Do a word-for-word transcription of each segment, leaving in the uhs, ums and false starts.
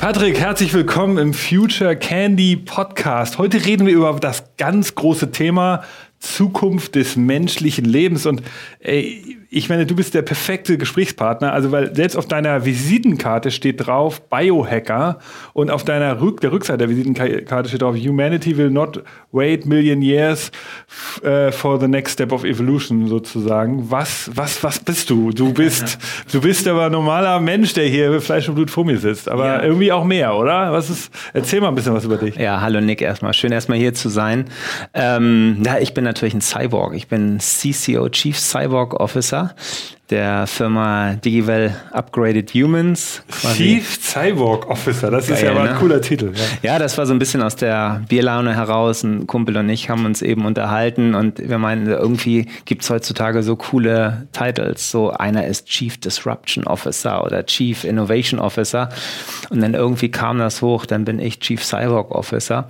Patrick, herzlich willkommen im Future Candy Podcast. Heute reden wir über das ganz große Thema Zukunft des menschlichen Lebens. Und ey, ich meine, du bist der perfekte Gesprächspartner, also weil selbst auf deiner Visitenkarte steht drauf Biohacker und auf deiner Rück der Rückseite der Visitenkarte steht drauf Humanity will not wait million years uh, for the next step of evolution sozusagen. Was, was, was bist du? Du bist, du bist aber ein normaler Mensch, der hier mit Fleisch und Blut vor mir sitzt, aber ja. Irgendwie auch mehr, oder? Was ist? Erzähl mal ein bisschen was über dich. Ja, hallo Nick erstmal. Schön erstmal hier zu sein. Ähm, ja, ich bin natürlich ein Cyborg. Ich bin C C O, Chief Cyborg Officer der Firma DigiWell Upgraded Humans. Quasi. Chief Cyborg Officer, das ist Geil, ja aber ne? ein cooler Titel. Ja. ja, das war so ein bisschen aus der Bierlaune heraus. Ein Kumpel und ich haben uns eben unterhalten und wir meinen, irgendwie gibt es heutzutage so coole Titles. So einer ist Chief Disruption Officer oder Chief Innovation Officer und dann irgendwie kam das hoch, dann bin ich Chief Cyborg Officer.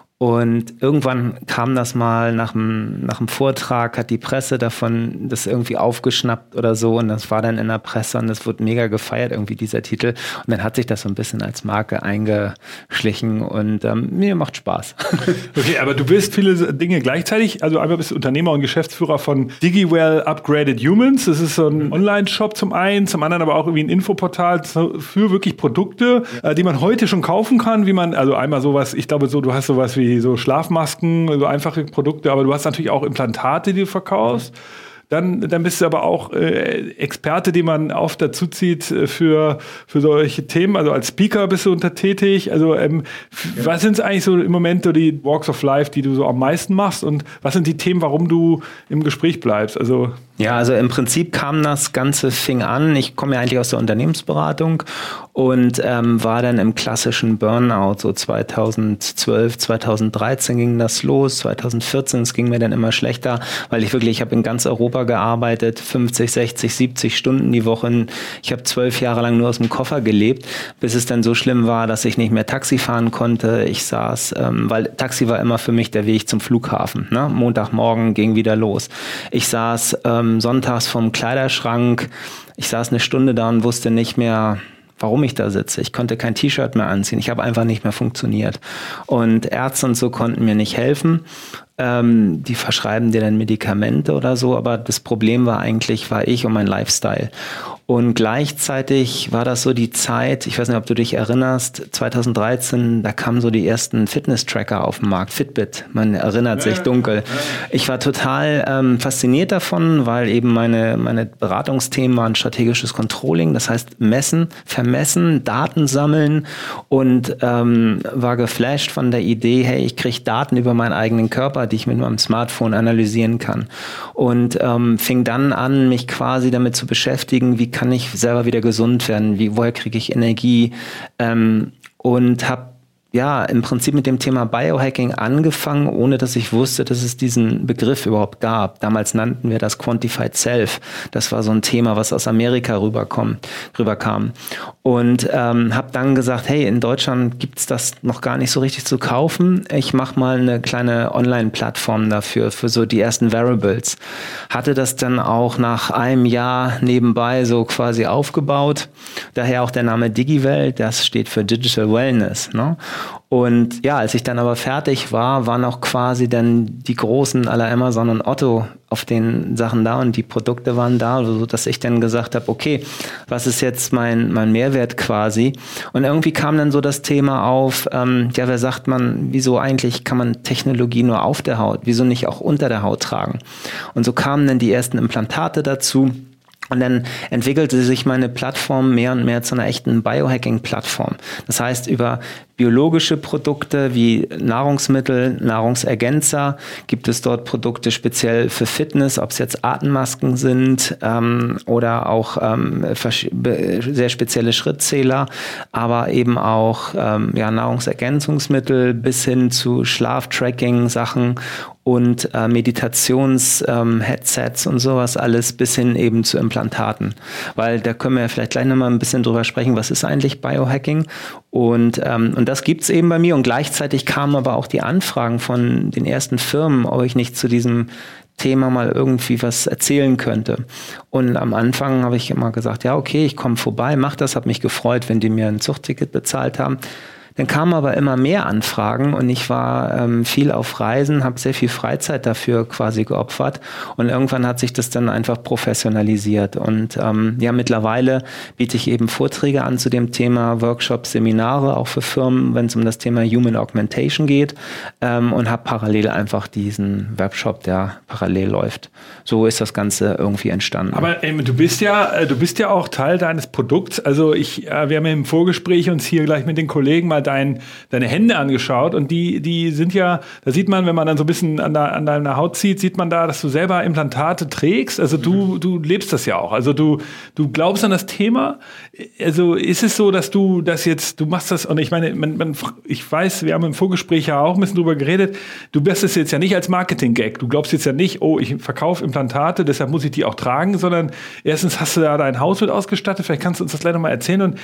Und irgendwann kam das mal nach dem, nach dem Vortrag, hat die Presse davon das irgendwie aufgeschnappt oder so und das war dann in der Presse und das wurde mega gefeiert, irgendwie dieser Titel. Und dann hat sich das so ein bisschen als Marke eingeschlichen und ähm, mir macht Spaß. Okay, aber du bist viele Dinge gleichzeitig, also einmal bist du Unternehmer und Geschäftsführer von DigiWell Upgraded Humans. Das ist so ein Online-Shop zum einen, zum anderen aber auch irgendwie ein Infoportal für wirklich Produkte, ja. die man heute schon kaufen kann, wie man, also einmal sowas, ich glaube so, du hast sowas wie so Schlafmasken, so einfache Produkte, aber du hast natürlich auch Implantate, die du verkaufst. Dann, dann bist du aber auch äh, Experte, den man oft dazu zieht äh, für, für solche Themen. Also als Speaker bist du unter tätig. Also ähm, ja. was sind eigentlich so im Moment so die Walks of Life, die du so am meisten machst? Und was sind die Themen, warum du im Gespräch bleibst? Also Ja, also im Prinzip kam das Ganze, fing an, ich komme ja eigentlich aus der Unternehmensberatung und ähm, war dann im klassischen Burnout, so zweitausendzwölf, zweitausenddreizehn ging das los, zweitausendvierzehn, es ging mir dann immer schlechter, weil ich wirklich, ich habe in ganz Europa gearbeitet, fünfzig, sechzig, siebzig Stunden die Woche, ich habe zwölf Jahre lang nur aus dem Koffer gelebt, bis es dann so schlimm war, dass ich nicht mehr Taxi fahren konnte, ich saß, ähm, weil Taxi war immer für mich der Weg zum Flughafen, ne? Montagmorgen ging wieder los, ich saß ähm, sonntags vom Kleiderschrank. Ich saß eine Stunde da und wusste nicht mehr, warum ich da sitze. Ich konnte kein T-Shirt mehr anziehen. Ich habe einfach nicht mehr funktioniert. Und Ärzte und so konnten mir nicht helfen. Ähm, die verschreiben dir dann Medikamente oder so. Aber das Problem war eigentlich, war ich und mein Lifestyle. Und gleichzeitig war das so die Zeit, ich weiß nicht, ob du dich erinnerst, zweitausenddreizehn, da kamen so die ersten Fitness-Tracker auf den Markt, Fitbit, man erinnert sich dunkel. Ich war total ähm, fasziniert davon, weil eben meine, meine Beratungsthemen waren strategisches Controlling, das heißt messen, vermessen, Daten sammeln und ähm, war geflasht von der Idee, hey, ich kriege Daten über meinen eigenen Körper, die ich mit meinem Smartphone analysieren kann. Und ähm, fing dann an, mich quasi damit zu beschäftigen, wie kann ich selber wieder gesund werden, wie, woher kriege ich Energie ähm, und habe ja im Prinzip mit dem Thema Biohacking angefangen, ohne dass ich wusste, dass es diesen Begriff überhaupt gab. Damals nannten wir das Quantified Self. Das war so ein Thema, was aus Amerika rüberkom, rüberkam. Und ähm, habe dann gesagt, hey, in Deutschland gibt's das noch gar nicht so richtig zu kaufen. Ich mache mal eine kleine Online-Plattform dafür, für so die ersten Wearables. Hatte das dann auch nach einem Jahr nebenbei so quasi aufgebaut. Daher auch der Name DigiWell, das steht für Digital Wellness, ne? Und ja, als ich dann aber fertig war, waren auch quasi dann die Großen aller Amazon und Otto auf den Sachen da und die Produkte waren da, so dass ich dann gesagt habe, okay, was ist jetzt mein, mein Mehrwert quasi? Und irgendwie kam dann so das Thema auf, ähm, ja, wer sagt man, wieso eigentlich kann man Technologie nur auf der Haut, wieso nicht auch unter der Haut tragen? Und so kamen dann die ersten Implantate dazu. Und dann entwickelte sich meine Plattform mehr und mehr zu einer echten Biohacking-Plattform. Das heißt, über biologische Produkte wie Nahrungsmittel, Nahrungsergänzer gibt es dort Produkte speziell für Fitness, ob es jetzt Atemmasken sind ähm, oder auch ähm, sehr spezielle Schrittzähler, aber eben auch ähm, ja, Nahrungsergänzungsmittel bis hin zu Schlaftracking-Sachen und äh, Meditations-Headsets ähm, und sowas alles bis hin eben zu Implantaten. Weil da können wir ja vielleicht gleich nochmal ein bisschen drüber sprechen, was ist eigentlich Biohacking? Und, ähm, und das gibt's eben bei mir und gleichzeitig kamen aber auch die Anfragen von den ersten Firmen, ob ich nicht zu diesem Thema mal irgendwie was erzählen könnte. Und am Anfang habe ich immer gesagt, ja okay, ich komme vorbei, mach das, habe mich gefreut, wenn die mir ein Zugticket bezahlt haben. Dann kamen aber immer mehr Anfragen und ich war ähm, viel auf Reisen, habe sehr viel Freizeit dafür quasi geopfert und irgendwann hat sich das dann einfach professionalisiert und ähm, ja, mittlerweile biete ich eben Vorträge an zu dem Thema, Workshops, Seminare, auch für Firmen, wenn es um das Thema Human Augmentation geht ähm, und habe parallel einfach diesen Webshop, der parallel läuft. So ist das Ganze irgendwie entstanden. Aber ähm, du bist ja, du bist ja auch Teil deines Produkts, also ich, äh, wir haben ja im Vorgespräch uns hier gleich mit den Kollegen mal Dein, deine Hände angeschaut und die, die sind ja, da sieht man, wenn man dann so ein bisschen an, der, an deiner Haut zieht, sieht man da, dass du selber Implantate trägst. Also du, mhm. du lebst das ja auch. Also du, du glaubst an das Thema. Also ist es so, dass du das jetzt, du machst das, und ich meine, man, man, ich weiß, wir haben im Vorgespräch ja auch ein bisschen drüber geredet, du bist es jetzt ja nicht als Marketing-Gag. Du glaubst jetzt ja nicht, oh, ich verkaufe Implantate, deshalb muss ich die auch tragen, sondern erstens hast du da dein Haus mit ausgestattet. Vielleicht kannst du uns das gleich nochmal erzählen. Und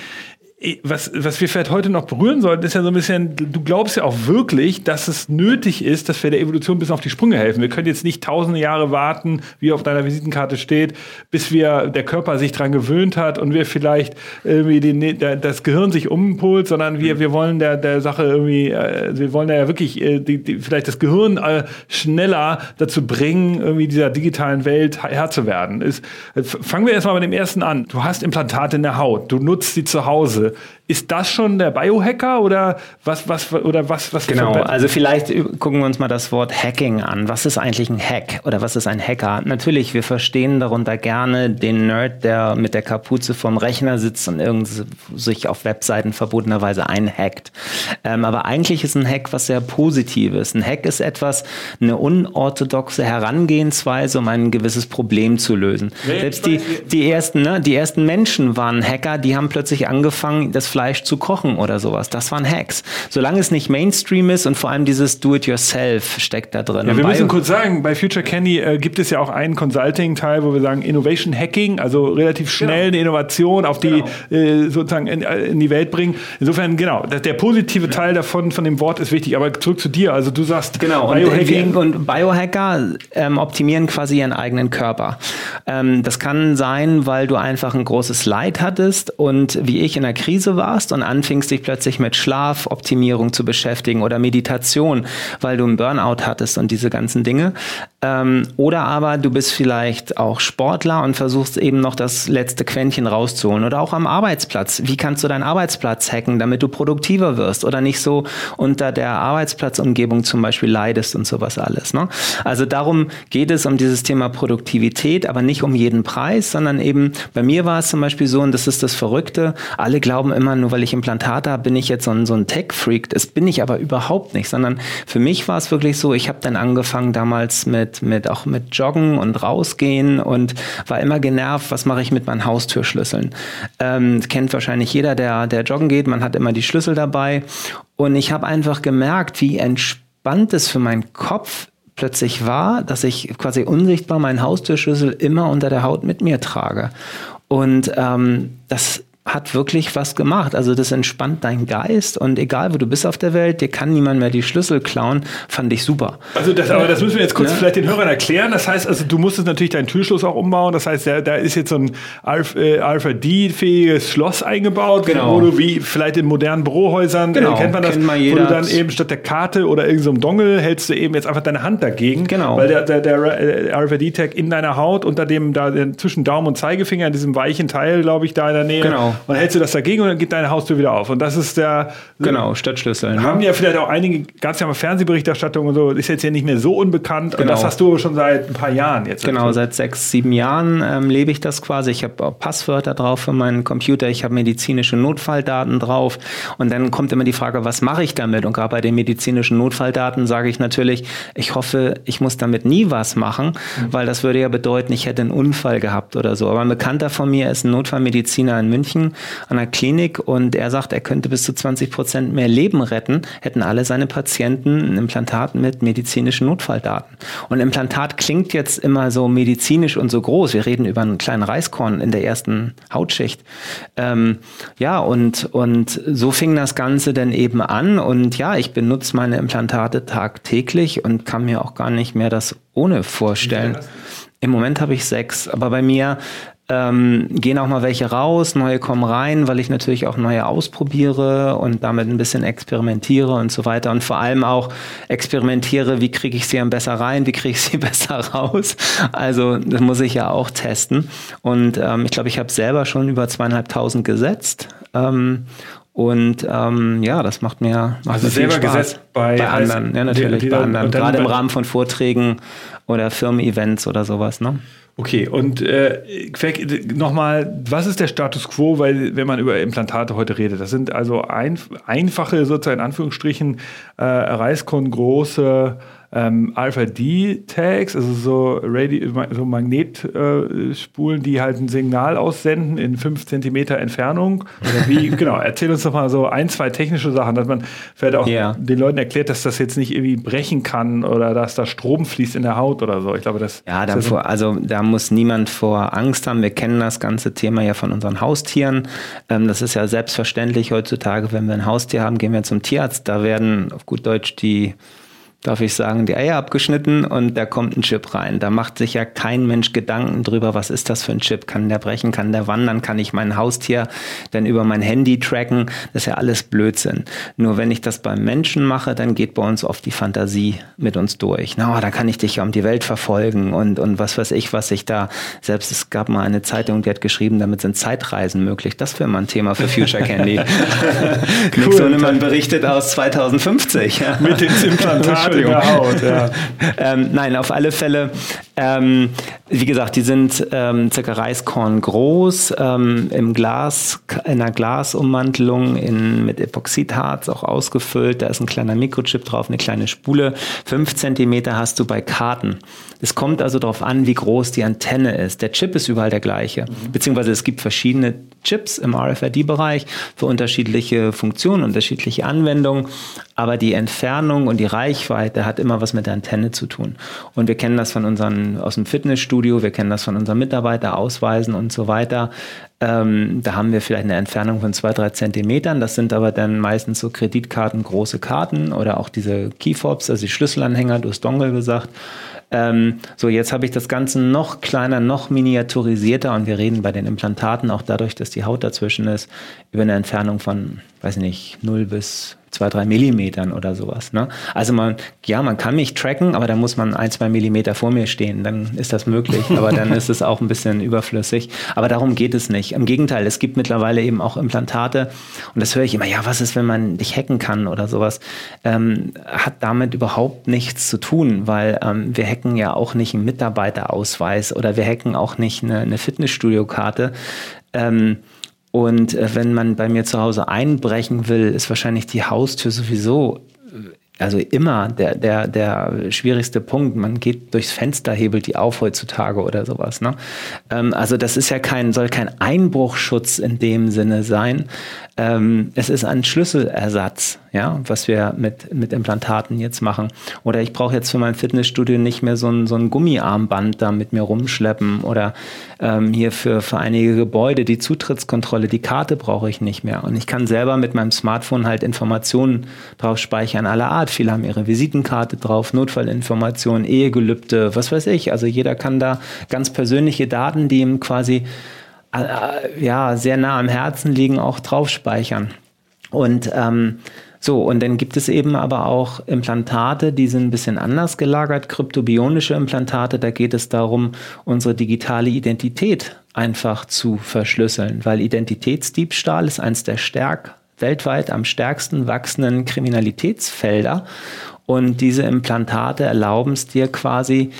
Was, was wir vielleicht heute noch berühren sollten, ist ja so ein bisschen, du glaubst ja auch wirklich, dass es nötig ist, dass wir der Evolution ein bisschen auf die Sprünge helfen. Wir können jetzt nicht tausende Jahre warten, wie auf deiner Visitenkarte steht, bis wir, der Körper sich dran gewöhnt hat und wir vielleicht irgendwie den, das Gehirn sich umpolt, sondern wir, wir wollen der, der Sache irgendwie, wir wollen ja wirklich die, die, vielleicht das Gehirn schneller dazu bringen, irgendwie dieser digitalen Welt Herr zu werden. Ist, fangen wir erstmal mit dem ersten an. Du hast Implantate in der Haut, du nutzt sie zu Hause. Ist das schon der Biohacker oder was, was, oder was, was? Genau, also vielleicht gucken wir uns mal das Wort Hacking an. Was ist eigentlich ein Hack oder was ist ein Hacker? Natürlich, wir verstehen darunter gerne den Nerd, der mit der Kapuze vorm Rechner sitzt und irgendwie sich auf Webseiten verbotenerweise einhackt. Ähm, aber eigentlich ist ein Hack was sehr Positives. Ein Hack ist etwas, eine unorthodoxe Herangehensweise, um ein gewisses Problem zu lösen. Ja, Selbst die, die ersten, ne, die ersten Menschen waren Hacker, die haben plötzlich angefangen, das Fleisch zu kochen oder sowas. Das waren Hacks. Solange es nicht Mainstream ist und vor allem dieses Do-it-yourself steckt da drin. Ja, wir müssen kurz sagen, bei Future Candy äh, gibt es ja auch einen Consulting-Teil, wo wir sagen Innovation Hacking, also relativ schnell eine Innovation auf die genau. äh, sozusagen in, in die Welt bringen. Insofern, genau, der, der positive ja. Teil davon, von dem Wort ist wichtig. Aber zurück zu dir. Also du sagst genau, Biohacking. Und, und Biohacker ähm, optimieren quasi ihren eigenen Körper. Ähm, das kann sein, weil du einfach ein großes Leid hattest und wie ich in der Krise warst und anfingst, dich plötzlich mit Schlafoptimierung zu beschäftigen oder Meditation, weil du einen Burnout hattest und diese ganzen Dinge. Ähm, oder aber du bist vielleicht auch Sportler und versuchst eben noch das letzte Quäntchen rauszuholen. Oder auch am Arbeitsplatz. Wie kannst du deinen Arbeitsplatz hacken, damit du produktiver wirst oder nicht so unter der Arbeitsplatzumgebung zum Beispiel leidest und sowas alles. Ne? Also darum geht es um dieses Thema Produktivität, aber nicht um jeden Preis, sondern eben bei mir war es zum Beispiel so, und das ist das Verrückte, alle glauben immer, nur weil ich Implantate habe, bin ich jetzt so ein, so ein Tech-Freak. Das bin ich aber überhaupt nicht, sondern für mich war es wirklich so, ich habe dann angefangen damals mit, mit auch mit Joggen und rausgehen und war immer genervt, was mache ich mit meinen Haustürschlüsseln. Ähm, kennt wahrscheinlich jeder, der, der joggen geht, man hat immer die Schlüssel dabei und ich habe einfach gemerkt, wie entspannt es für meinen Kopf plötzlich war, dass ich quasi unsichtbar meinen Haustürschlüssel immer unter der Haut mit mir trage. Und ähm, das hat wirklich was gemacht. Also das entspannt deinen Geist und egal, wo du bist auf der Welt, dir kann niemand mehr die Schlüssel klauen, fand ich super. Also das, aber das müssen wir jetzt kurz ja. vielleicht den Hörern erklären. Das heißt, also du musstest natürlich deinen Türschloss auch umbauen. Das heißt, da, da ist jetzt so ein Alpha-D-fähiges Schloss eingebaut, genau. wo du wie vielleicht in modernen Bürohäusern, genau. äh, kennt man das, kennt man wo du dann eben statt der Karte oder irgendeinem so Dongle hältst du eben jetzt einfach deine Hand dagegen, genau. weil der, der, der R F I D-Tag in deiner Haut unter dem, da zwischen Daumen und Zeigefinger, in diesem weichen Teil, glaube ich, da in der Nähe, genau. und hältst du das dagegen und dann geht deine Haustür wieder auf. Und das ist der... Genau, Stadtschlüssel. Haben ja vielleicht auch einige, gab es ja mal Fernsehberichterstattung und so, ist jetzt ja nicht mehr so unbekannt. Genau. Und das hast du schon seit ein paar Jahren jetzt. Genau, dazu. Seit sechs, sieben Jahren ähm, lebe ich das quasi. Ich habe auch Passwörter drauf für meinen Computer, ich habe medizinische Notfalldaten drauf. Und dann kommt immer die Frage, was mache ich damit? Und gerade bei den medizinischen Notfalldaten sage ich natürlich, ich hoffe, ich muss damit nie was machen, mhm. weil das würde ja bedeuten, ich hätte einen Unfall gehabt oder so. Aber ein Bekannter von mir ist ein Notfallmediziner in München Forschung an der Klinik und er sagt, er könnte bis zu zwanzig Prozent mehr Leben retten, hätten alle seine Patienten ein Implantat mit medizinischen Notfalldaten. Und Implantat klingt jetzt immer so medizinisch und so groß. Wir reden über einen kleinen Reiskorn in der ersten Hautschicht. Ähm, ja, und, und so fing das Ganze dann eben an. Und ja, ich benutze meine Implantate tagtäglich und kann mir auch gar nicht mehr das ohne vorstellen. Im Moment habe ich sechs, aber bei mir ähm, gehen auch mal welche raus, neue kommen rein, weil ich natürlich auch neue ausprobiere und damit ein bisschen experimentiere und so weiter und vor allem auch experimentiere, wie kriege ich sie dann besser rein, wie kriege ich sie besser raus. Also das muss ich ja auch testen und ähm, ich glaube, ich habe selber schon über zweieinhalbtausend gesetzt. Ähm, Und ähm, ja, das macht mir, macht also mir selber viel Spaß. Gesetzt bei, bei anderen, ja natürlich, die, die bei anderen. Gerade im bei Rahmen von Vorträgen oder Firmen-Events oder sowas, ne? Okay, und äh, nochmal, was ist der Status quo, weil wenn man über Implantate heute redet, das sind also ein, einfache, sozusagen in Anführungsstrichen, äh, Reiskorn-große ähm, R F I D-Tags, also so, Radi- so Magnetspulen, äh, die halt ein Signal aussenden in fünf Zentimeter Entfernung. Oder wie, genau, erzähl uns doch mal so ein, zwei technische Sachen, dass man vielleicht auch yeah. den Leuten erklärt, dass das jetzt nicht irgendwie brechen kann oder dass da Strom fließt in der Haut oder so. Ich glaube, das ja, da vor, also da muss niemand vor Angst haben. Wir kennen das ganze Thema ja von unseren Haustieren. Ähm, das ist ja selbstverständlich heutzutage, wenn wir ein Haustier haben, gehen wir zum Tierarzt. Da werden auf gut Deutsch die darf ich sagen, die Eier abgeschnitten und da kommt ein Chip rein. Da macht sich ja kein Mensch Gedanken drüber, was ist das für ein Chip? Kann der brechen? Kann der wandern? Kann ich mein Haustier dann über mein Handy tracken? Das ist ja alles Blödsinn. Nur wenn ich das beim Menschen mache, dann geht bei uns oft die Fantasie mit uns durch. Na, no, da kann ich dich ja um die Welt verfolgen und, und was weiß ich, was ich da, selbst es gab mal eine Zeitung, die hat geschrieben, damit sind Zeitreisen möglich. Das wäre mal ein Thema für Future Candy. Cool. Nick Sonemann berichtet aus zweitausendfünfzig. Mit den Implantaten. In der Haut, ja. ähm, nein, auf alle Fälle, ähm, wie gesagt, die sind ähm, circa Reiskorn groß, ähm, im Glas, in einer Glasummantelung in, mit Epoxidharz auch ausgefüllt. Da ist ein kleiner Mikrochip drauf, eine kleine Spule. Fünf Zentimeter hast du bei Karten. Es kommt also darauf an, wie groß die Antenne ist. Der Chip ist überall der gleiche. Mhm. Beziehungsweise es gibt verschiedene Chips im R F I D-Bereich für unterschiedliche Funktionen, unterschiedliche Anwendungen. Aber die Entfernung und die Reichweite hat immer was mit der Antenne zu tun. Und wir kennen das von unseren, aus dem Fitnessstudio, wir kennen das von unseren Mitarbeiterausweisen und so weiter. Ähm, da haben wir vielleicht eine Entfernung von zwei, drei Zentimetern. Das sind aber dann meistens so Kreditkarten, große Karten oder auch diese Keyfobs, also die Schlüsselanhänger, du hast Dongle gesagt. Ähm, so, jetzt habe ich das Ganze noch kleiner, noch miniaturisierter und wir reden bei den Implantaten auch dadurch, dass die Haut dazwischen ist, über eine Entfernung von, weiß nicht, null bis zwei, drei Millimetern oder sowas. Ne? Also man, ja, man kann mich tracken, aber da muss man ein, zwei Millimeter vor mir stehen, dann ist das möglich, aber dann ist es auch ein bisschen überflüssig. Aber darum geht es nicht. Im Gegenteil, es gibt mittlerweile eben auch Implantate und das höre ich immer, ja, was ist, wenn man dich hacken kann oder sowas? Ähm, hat damit überhaupt nichts zu tun, weil ähm, wir hacken ja auch nicht einen Mitarbeiterausweis oder wir hacken auch nicht eine, eine Fitnessstudio-Karte. Ähm, Und wenn man bei mir zu Hause einbrechen will, ist wahrscheinlich die Haustür sowieso, also immer der, der, der schwierigste Punkt. Man geht durchs Fenster, hebelt die auf heutzutage oder sowas. Ne? Ähm, also das ist ja kein, soll kein Einbruchschutz in dem Sinne sein. Ähm, es ist ein Schlüsselersatz, ja, was wir mit, mit Implantaten jetzt machen. Oder ich brauche jetzt für mein Fitnessstudio nicht mehr so ein, so ein Gummiarmband da mit mir rumschleppen oder ähm, hier für, für einige Gebäude die Zutrittskontrolle, die Karte brauche ich nicht mehr. Und ich kann selber mit meinem Smartphone halt Informationen drauf speichern aller Art. Viele haben ihre Visitenkarte drauf, Notfallinformationen, Ehegelübde, was weiß ich. Also jeder kann da ganz persönliche Daten, die ihm quasi äh, ja, sehr nah am Herzen liegen, auch drauf speichern. Und ähm, so, und dann gibt es eben aber auch Implantate, die sind ein bisschen anders gelagert, kryptobionische Implantate, da geht es darum, unsere digitale Identität einfach zu verschlüsseln, weil Identitätsdiebstahl ist eins der stärk, weltweit am stärksten wachsenden Kriminalitätsfelder und diese Implantate erlauben es dir quasi,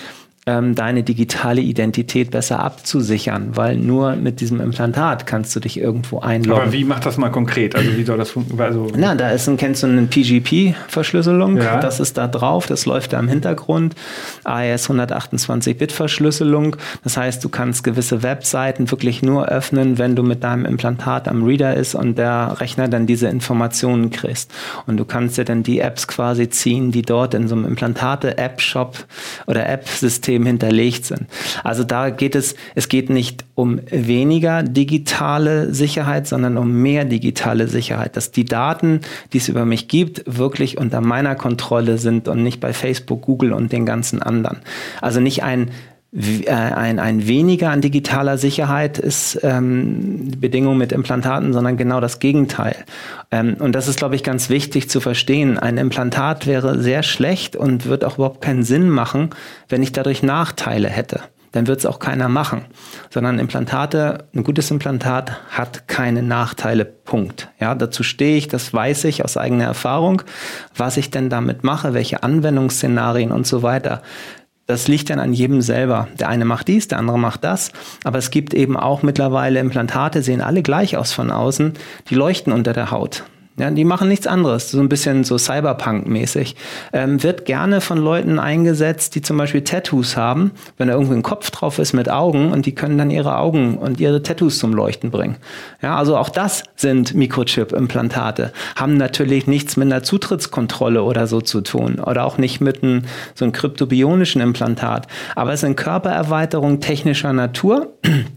ähm, deine digitale Identität besser abzusichern, weil nur mit diesem Implantat kannst du dich irgendwo einloggen. Aber wie macht das mal konkret? Also wie soll das funktionieren? Also Na, da ist ein, kennst du eine P G P-Verschlüsselung? Ja. Das ist da drauf, das läuft da im Hintergrund. A E S hundertachtundzwanzig Bit Verschlüsselung. Das heißt, du kannst gewisse Webseiten wirklich nur öffnen, wenn du mit deinem Implantat am Reader ist und der Rechner dann diese Informationen kriegst. Und du kannst dir dann die Apps quasi ziehen, die dort in so einem Implantate-App-Shop oder App-System hinterlegt sind. Also da geht es, es geht nicht um weniger digitale Sicherheit, sondern um mehr digitale Sicherheit, dass die Daten, die es über mich gibt, wirklich unter meiner Kontrolle sind und nicht bei Facebook, Google und den ganzen anderen. Also nicht ein Ein, ein weniger an digitaler Sicherheit ist ähm, die Bedingung mit Implantaten, sondern genau das Gegenteil. Ähm, und das ist, glaube ich, ganz wichtig zu verstehen. Ein Implantat wäre sehr schlecht und wird auch überhaupt keinen Sinn machen, wenn ich dadurch Nachteile hätte. Dann wird es auch keiner machen. Sondern Implantate, ein gutes Implantat hat keine Nachteile, Punkt. Ja, dazu stehe ich, das weiß ich aus eigener Erfahrung, was ich denn damit mache, welche Anwendungsszenarien und so weiter. Das liegt dann an jedem selber. Der eine macht dies, der andere macht das. Aber es gibt eben auch mittlerweile Implantate, sehen alle gleich aus von außen, die leuchten unter der Haut. Ja, die machen nichts anderes, so ein bisschen so Cyberpunk-mäßig. Ähm, wird gerne von Leuten eingesetzt, die zum Beispiel Tattoos haben, wenn da irgendwie ein Kopf drauf ist mit Augen und die können dann ihre Augen und ihre Tattoos zum Leuchten bringen. Ja, also auch das sind Mikrochip-Implantate. Haben natürlich nichts mit einer Zutrittskontrolle oder so zu tun oder auch nicht mit einem, so einem kryptobionischen Implantat. Aber es sind Körpererweiterungen technischer Natur.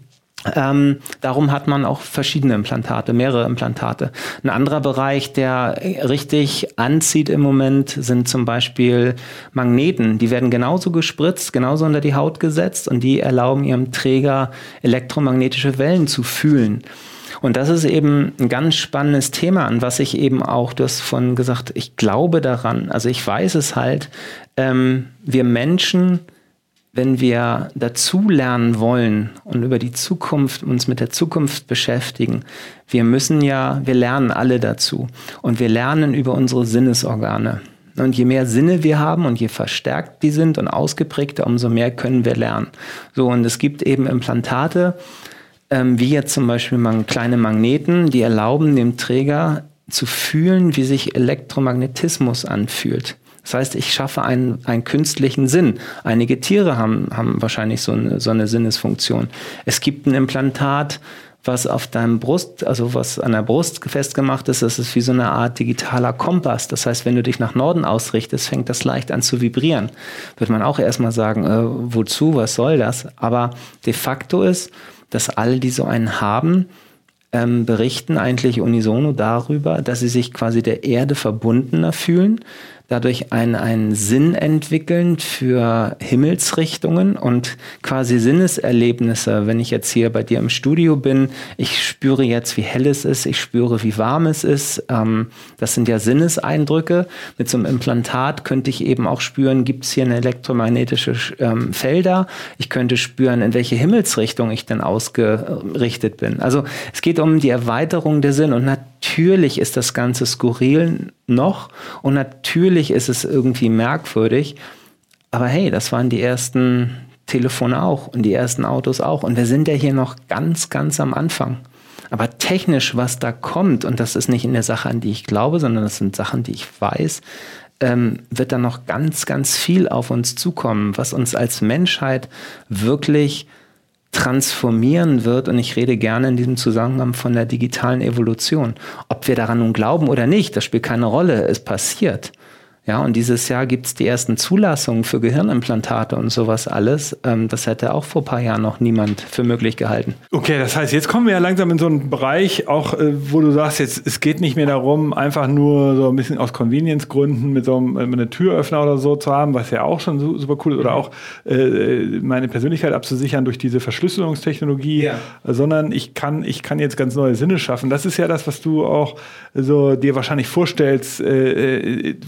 Ähm, darum hat man auch verschiedene Implantate, mehrere Implantate. Ein anderer Bereich, der richtig anzieht im Moment, sind zum Beispiel Magneten. Die werden genauso gespritzt, genauso unter die Haut gesetzt und die erlauben ihrem Träger elektromagnetische Wellen zu fühlen. Und das ist eben ein ganz spannendes Thema, an was ich eben auch, du hast vorhin gesagt, ich glaube daran, also ich weiß es halt, ähm, wir Menschen, wenn wir dazu lernen wollen und über die Zukunft, uns mit der Zukunft beschäftigen, wir müssen ja, wir lernen alle dazu und wir lernen über unsere Sinnesorgane. Und je mehr Sinne wir haben und je verstärkt die sind und ausgeprägter, umso mehr können wir lernen. So, und es gibt eben Implantate, ähm, wie jetzt zum Beispiel kleine Magneten, die erlauben dem Träger zu fühlen, wie sich Elektromagnetismus anfühlt. Das heißt, ich schaffe einen, einen künstlichen Sinn. Einige Tiere haben, haben wahrscheinlich so eine, so eine Sinnesfunktion. Es gibt ein Implantat, was auf deinem Brust, also was an der Brust festgemacht ist, das ist wie so eine Art digitaler Kompass. Das heißt, wenn du dich nach Norden ausrichtest, fängt das leicht an zu vibrieren. Wird man auch erstmal sagen, äh, wozu, was soll das? Aber de facto ist, dass alle, die so einen haben, ähm, berichten eigentlich unisono darüber, dass sie sich quasi der Erde verbundener fühlen, dadurch einen, einen Sinn entwickeln für Himmelsrichtungen und quasi Sinneserlebnisse. Wenn ich jetzt hier bei dir im Studio bin, ich spüre jetzt, wie hell es ist, ich spüre, wie warm es ist. Ähm, das sind ja Sinneseindrücke. Mit so einem Implantat könnte ich eben auch spüren, gibt es hier eine elektromagnetische ähm, Felder. Ich könnte spüren, in welche Himmelsrichtung ich denn ausgerichtet bin. Also es geht um die Erweiterung der Sinne und natürlich ist das Ganze skurril noch und natürlich ist es irgendwie merkwürdig, aber hey, das waren die ersten Telefone auch und die ersten Autos auch und wir sind ja hier noch ganz, ganz am Anfang. Aber technisch, was da kommt, und das ist nicht eine Sache, an die ich glaube, sondern das sind Sachen, die ich weiß, ähm, wird da noch ganz, ganz viel auf uns zukommen, was uns als Menschheit wirklich transformieren wird, und ich rede gerne in diesem Zusammenhang von der digitalen Evolution. Ob wir daran nun glauben oder nicht, das spielt keine Rolle, es passiert. Ja, und dieses Jahr gibt es die ersten Zulassungen für Gehirnimplantate und sowas alles. Ähm, das hätte auch vor ein paar Jahren noch niemand für möglich gehalten. Okay, das heißt, jetzt kommen wir ja langsam in so einen Bereich, auch äh, wo du sagst, jetzt es geht nicht mehr darum, einfach nur so ein bisschen aus Convenience-Gründen mit so einem mit einer Türöffner oder so zu haben, was ja auch schon so, super cool ist, oder auch äh, meine Persönlichkeit abzusichern durch diese Verschlüsselungstechnologie, ja. sondern ich kann, ich kann jetzt ganz neue Sinne schaffen. Das ist ja das, was du auch so dir wahrscheinlich vorstellst, äh, dass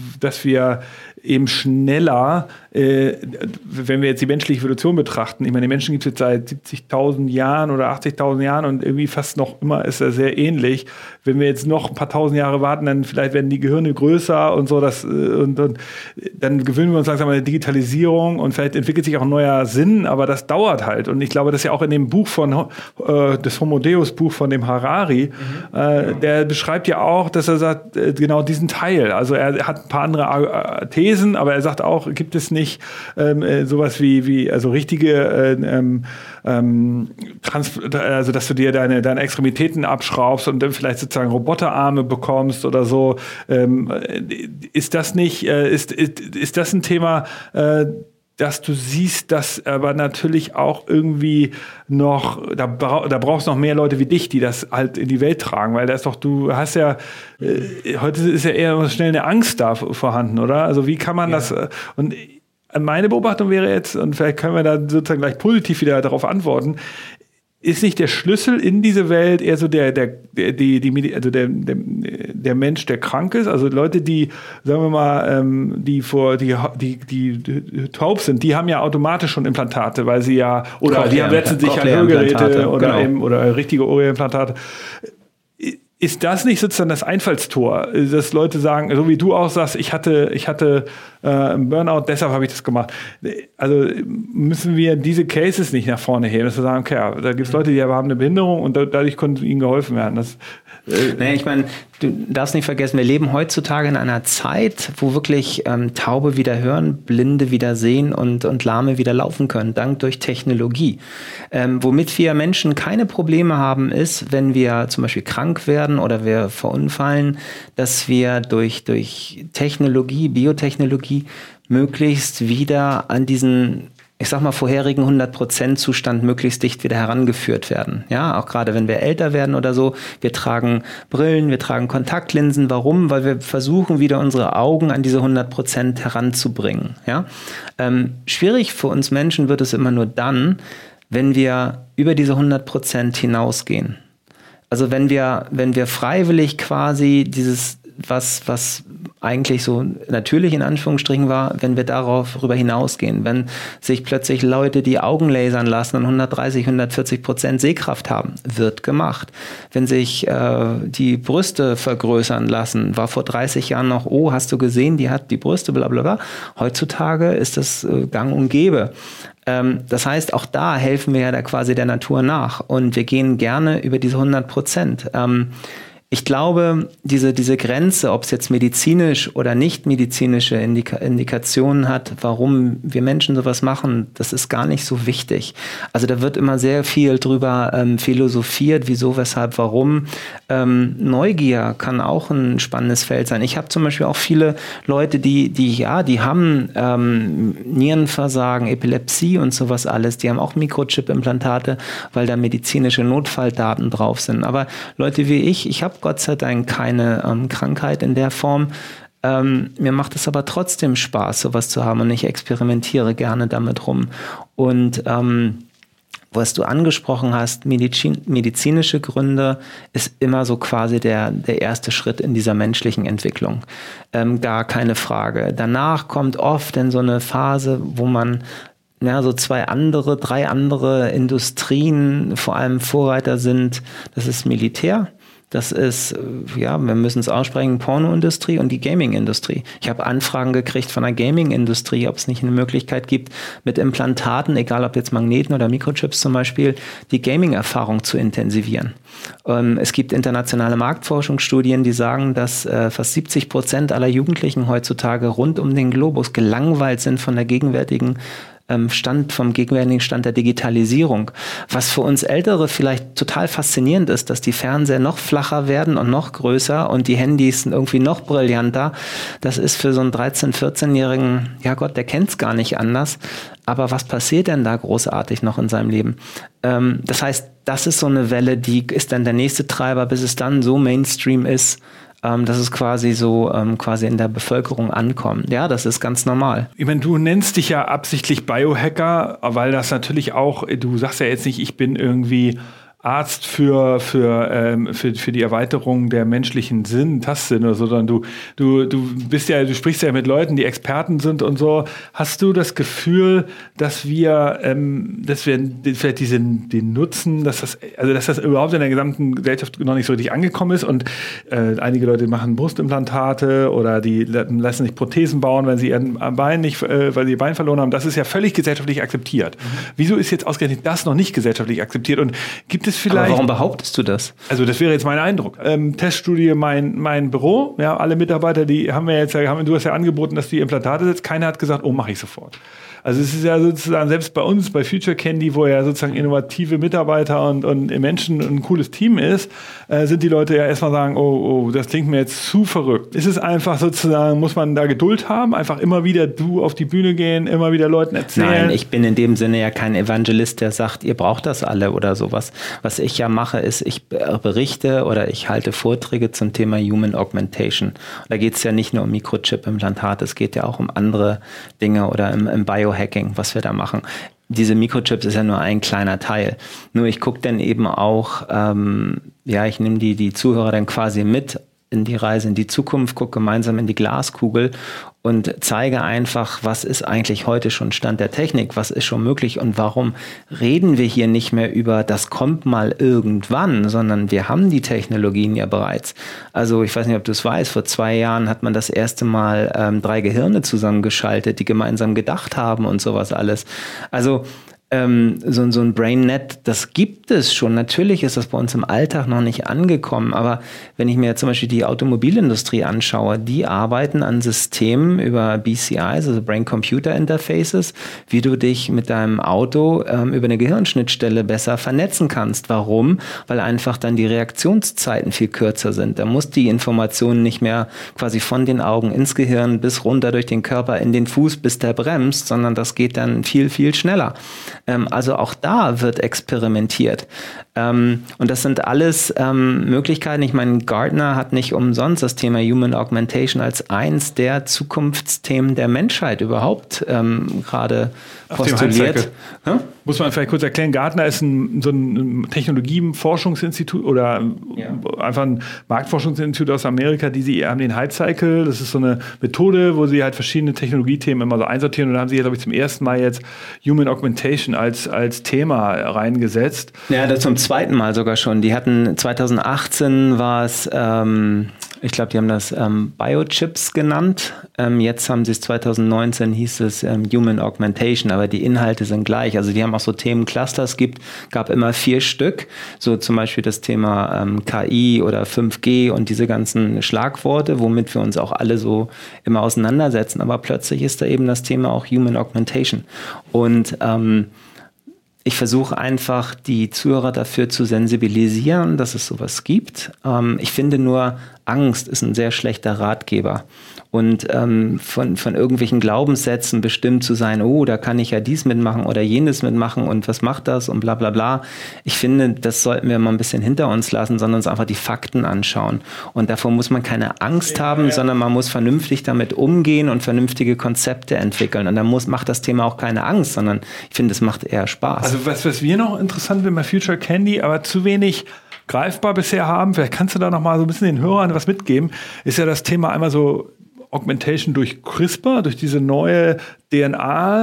dass wir eben schneller, äh, wenn wir jetzt die menschliche Evolution betrachten, ich meine, die Menschen gibt es jetzt seit siebzigtausend Jahren oder achtzigtausend Jahren und irgendwie fast noch immer ist er sehr ähnlich. Wenn wir jetzt noch ein paar tausend Jahre warten, dann vielleicht werden die Gehirne größer und so, das, und, und dann gewöhnen wir uns langsam an die Digitalisierung und vielleicht entwickelt sich auch ein neuer Sinn, aber das dauert halt. Und ich glaube, das ist ja auch in dem Buch von, äh, das Homo Deus Buch von dem Harari, mhm. äh, der beschreibt ja auch, dass er sagt, äh, genau diesen Teil. Also er hat ein paar andere äh, Thesen, aber er sagt auch, gibt es nicht ähm, äh, sowas wie, wie also richtige äh, ähm, ähm, Trans- also dass du dir deine, deine Extremitäten abschraubst und dann vielleicht sozusagen Roboterarme bekommst oder so. Ähm, ist das nicht, äh, ist, ist, ist das ein Thema, äh, dass du siehst, dass aber natürlich auch irgendwie noch, da, bra- da brauchst du noch mehr Leute wie dich, die das halt in die Welt tragen, weil da ist doch, du hast ja, äh, heute ist ja eher schnell eine Angst da vorhanden, oder? Also wie kann man ja. das, äh, und meine Beobachtung wäre jetzt, und vielleicht können wir da sozusagen gleich positiv wieder darauf antworten, ist nicht der Schlüssel in diese Welt eher so der, der, der, die, die, also der, der, der Mensch, der krank ist? Also Leute, die, sagen wir mal, ähm, die vor, die, die, die, die taub sind, die haben ja automatisch schon Implantate, weil sie ja, oder die haben letztendlich ja Hörgeräte oder genau. eben, oder richtige Ohrimplantate. Ist das nicht sozusagen das Einfallstor, dass Leute sagen, so wie du auch sagst, ich hatte, ich hatte äh, einen Burnout, deshalb habe ich das gemacht. Also müssen wir diese Cases nicht nach vorne heben, dass wir sagen, okay, da gibt es Leute, die haben eine Behinderung und da, dadurch konnte ihnen geholfen werden. Das, äh naja, ich meine, du darfst nicht vergessen, wir leben heutzutage in einer Zeit, wo wirklich ähm, Taube wieder hören, Blinde wieder sehen und, und Lahme wieder laufen können, dank durch Technologie. Ähm, womit wir Menschen keine Probleme haben, ist, wenn wir zum Beispiel krank werden oder wir verunfallen, dass wir durch, durch Technologie, Biotechnologie möglichst wieder an diesen, ich sag mal, vorherigen hundert Prozent Zustand möglichst dicht wieder herangeführt werden. Ja, auch gerade wenn wir älter werden oder so. Wir tragen Brillen, wir tragen Kontaktlinsen. Warum? Weil wir versuchen, wieder unsere Augen an diese hundert Prozent heranzubringen. Ja, ähm, schwierig für uns Menschen wird es immer nur dann, wenn wir über diese hundert Prozent hinausgehen. Also wenn wir, wenn wir freiwillig quasi dieses, was, was eigentlich so natürlich in Anführungsstrichen war, wenn wir darauf darüber hinausgehen, wenn sich plötzlich Leute die Augen lasern lassen und hundertdreißig, hundertvierzig Prozent Sehkraft haben, wird gemacht. Wenn sich äh, die Brüste vergrößern lassen, war vor dreißig Jahren noch, oh, hast du gesehen, die hat die Brüste, bla bla bla. Heutzutage ist das äh, gang und gäbe. Ähm, das heißt, auch da helfen wir ja da quasi der Natur nach und wir gehen gerne über diese hundert Prozent. Ähm, Ich glaube, diese, diese Grenze, ob es jetzt medizinisch oder nicht medizinische Indika- Indikationen hat, warum wir Menschen sowas machen, das ist gar nicht so wichtig. Also da wird immer sehr viel drüber ähm, philosophiert, wieso, weshalb, warum. Ähm, Neugier kann auch ein spannendes Feld sein. Ich habe zum Beispiel auch viele Leute, die, die ja, die haben ähm, Nierenversagen, Epilepsie und sowas alles. Die haben auch Mikrochip-Implantate, weil da medizinische Notfalldaten drauf sind. Aber Leute wie ich, ich habe Gott sei Dank keine ähm, Krankheit in der Form. Ähm, mir macht es aber trotzdem Spaß, sowas zu haben und ich experimentiere gerne damit rum. Und ähm, was du angesprochen hast, Medizin, medizinische Gründe, ist immer so quasi der, der erste Schritt in dieser menschlichen Entwicklung. Ähm, gar keine Frage. Danach kommt oft in so eine Phase, wo man ja, so zwei andere, drei andere Industrien vor allem Vorreiter sind. Das ist Militär. Das ist, ja, wir müssen es aussprechen, Pornoindustrie und die Gaming-Industrie. Ich habe Anfragen gekriegt von der Gaming-Industrie, ob es nicht eine Möglichkeit gibt, mit Implantaten, egal ob jetzt Magneten oder Mikrochips zum Beispiel, die Gaming-Erfahrung zu intensivieren. Ähm, es gibt internationale Marktforschungsstudien, die sagen, dass äh, fast siebzig Prozent aller Jugendlichen heutzutage rund um den Globus gelangweilt sind von der gegenwärtigen Stand, vom gegenwärtigen Stand der Digitalisierung. Was für uns Ältere vielleicht total faszinierend ist, dass die Fernseher noch flacher werden und noch größer und die Handys sind irgendwie noch brillanter. Das ist für so einen dreizehn-, vierzehnjährigen, ja Gott, der kennt es gar nicht anders. Aber was passiert denn da großartig noch in seinem Leben? Ähm, das heißt, das ist so eine Welle, die ist dann der nächste Treiber, bis es dann so Mainstream ist, dass es quasi so ähm, quasi in der Bevölkerung ankommt. Ja, das ist ganz normal. Ich meine, du nennst dich ja absichtlich Biohacker, weil das natürlich auch, du sagst ja jetzt nicht, ich bin irgendwie Arzt für, für, ähm, für, für die Erweiterung der menschlichen Sinn, Tastsinn oder so, sondern du, du, du bist ja, du sprichst ja mit Leuten, die Experten sind und so. Hast du das Gefühl, dass wir, ähm, dass wir vielleicht diesen, den Nutzen, dass das, also dass das überhaupt in der gesamten Gesellschaft noch nicht so richtig angekommen ist und äh, einige Leute machen Brustimplantate oder die lassen sich Prothesen bauen, wenn sie ihren Bein nicht, äh, weil sie ihr Bein verloren haben. Das ist ja völlig gesellschaftlich akzeptiert. Mhm. Wieso ist jetzt ausgerechnet das noch nicht gesellschaftlich akzeptiert? Und gibt es vielleicht... Aber warum behauptest du das? Also das wäre jetzt mein Eindruck. Ähm, Teststudie, mein, mein Büro, ja, alle Mitarbeiter, die haben wir jetzt, haben, du hast ja angeboten, dass du die Implantate setzt. Keiner hat gesagt, oh, mache ich sofort. Also es ist ja sozusagen, selbst bei uns, bei Future Candy, wo ja sozusagen innovative Mitarbeiter und, und Menschen ein cooles Team ist, äh, sind die Leute ja erstmal sagen, oh, oh, das klingt mir jetzt zu verrückt. Ist es einfach sozusagen, muss man da Geduld haben, einfach immer wieder du auf die Bühne gehen, immer wieder Leuten erzählen? Nein, ich bin in dem Sinne ja kein Evangelist, der sagt, ihr braucht das alle oder sowas. Was ich ja mache, ist, ich berichte oder ich halte Vorträge zum Thema Human Augmentation. Da geht es ja nicht nur um Mikrochip-Implantate, es geht ja auch um andere Dinge oder im, im Bio Hacking, was wir da machen. Diese Mikrochips ist ja nur ein kleiner Teil. Nur ich gucke dann eben auch, ähm, ja, ich nehme die, die Zuhörer dann quasi mit in die Reise in die Zukunft, gucke gemeinsam in die Glaskugel und zeige einfach, was ist eigentlich heute schon Stand der Technik, was ist schon möglich und warum reden wir hier nicht mehr über, das kommt mal irgendwann, sondern wir haben die Technologien ja bereits. Also ich weiß nicht, ob du es weißt, vor zwei Jahren hat man das erste Mal ähm, drei Gehirne zusammengeschaltet, die gemeinsam gedacht haben und sowas alles. Also Ähm, so, so ein BrainNet, das gibt es schon. Natürlich ist das bei uns im Alltag noch nicht angekommen, aber wenn ich mir zum Beispiel die Automobilindustrie anschaue, die arbeiten an Systemen über B C Is, also Brain-Computer-Interfaces, wie du dich mit deinem Auto ähm, über eine Gehirnschnittstelle besser vernetzen kannst. Warum? Weil einfach dann die Reaktionszeiten viel kürzer sind. Da muss die Information nicht mehr quasi von den Augen ins Gehirn bis runter durch den Körper in den Fuß, bis der bremst, sondern das geht dann viel, viel schneller. Ähm, also auch da wird experimentiert. Ähm, und das sind alles ähm, Möglichkeiten. Ich meine, Gartner hat nicht umsonst das Thema Human Augmentation als eins der Zukunftsthemen der Menschheit überhaupt ähm, gerade postuliert. Hm? Muss man vielleicht kurz erklären, Gartner ist ein, so ein Technologieforschungsinstitut oder ja. einfach ein Marktforschungsinstitut aus Amerika, die sie haben den Hype Cycle. Das ist so eine Methode, wo sie halt verschiedene Technologiethemen immer so einsortieren und da haben sie, glaube ich, zum ersten Mal jetzt Human Augmentation als, als Thema reingesetzt. Ja, das zum zweiten Mal sogar schon. Die hatten zwanzig achtzehn war es, ähm, ich glaube, die haben das ähm, Biochips genannt. Ähm, jetzt haben sie es zwanzig neunzehn hieß es ähm, Human Augmentation, aber die Inhalte sind gleich. Also die haben auch so Themencluster, es gibt, gab immer vier Stück, so zum Beispiel das Thema ähm, K I oder fünf G und diese ganzen Schlagworte, womit wir uns auch alle so immer auseinandersetzen. Aber plötzlich ist da eben das Thema auch Human Augmentation. Und ähm, ich versuche einfach, die Zuhörer dafür zu sensibilisieren, dass es sowas gibt. Ähm, ich finde nur, Angst ist ein sehr schlechter Ratgeber. Und ähm, von, von irgendwelchen Glaubenssätzen bestimmt zu sein, oh, da kann ich ja dies mitmachen oder jenes mitmachen und was macht das und bla bla bla. Ich finde, das sollten wir mal ein bisschen hinter uns lassen, sondern uns einfach die Fakten anschauen. Und davor muss man keine Angst haben, ja, ja. sondern man muss vernünftig damit umgehen und vernünftige Konzepte entwickeln. Und dann muss, macht das Thema auch keine Angst, sondern ich finde, es macht eher Spaß. Also was, was wir noch interessant finden bei Future Candy, aber zu wenig greifbar bisher haben, vielleicht kannst du da noch mal so ein bisschen den Hörern was mitgeben, ist ja das Thema einmal so Augmentation durch CRISPR, durch diese neue D N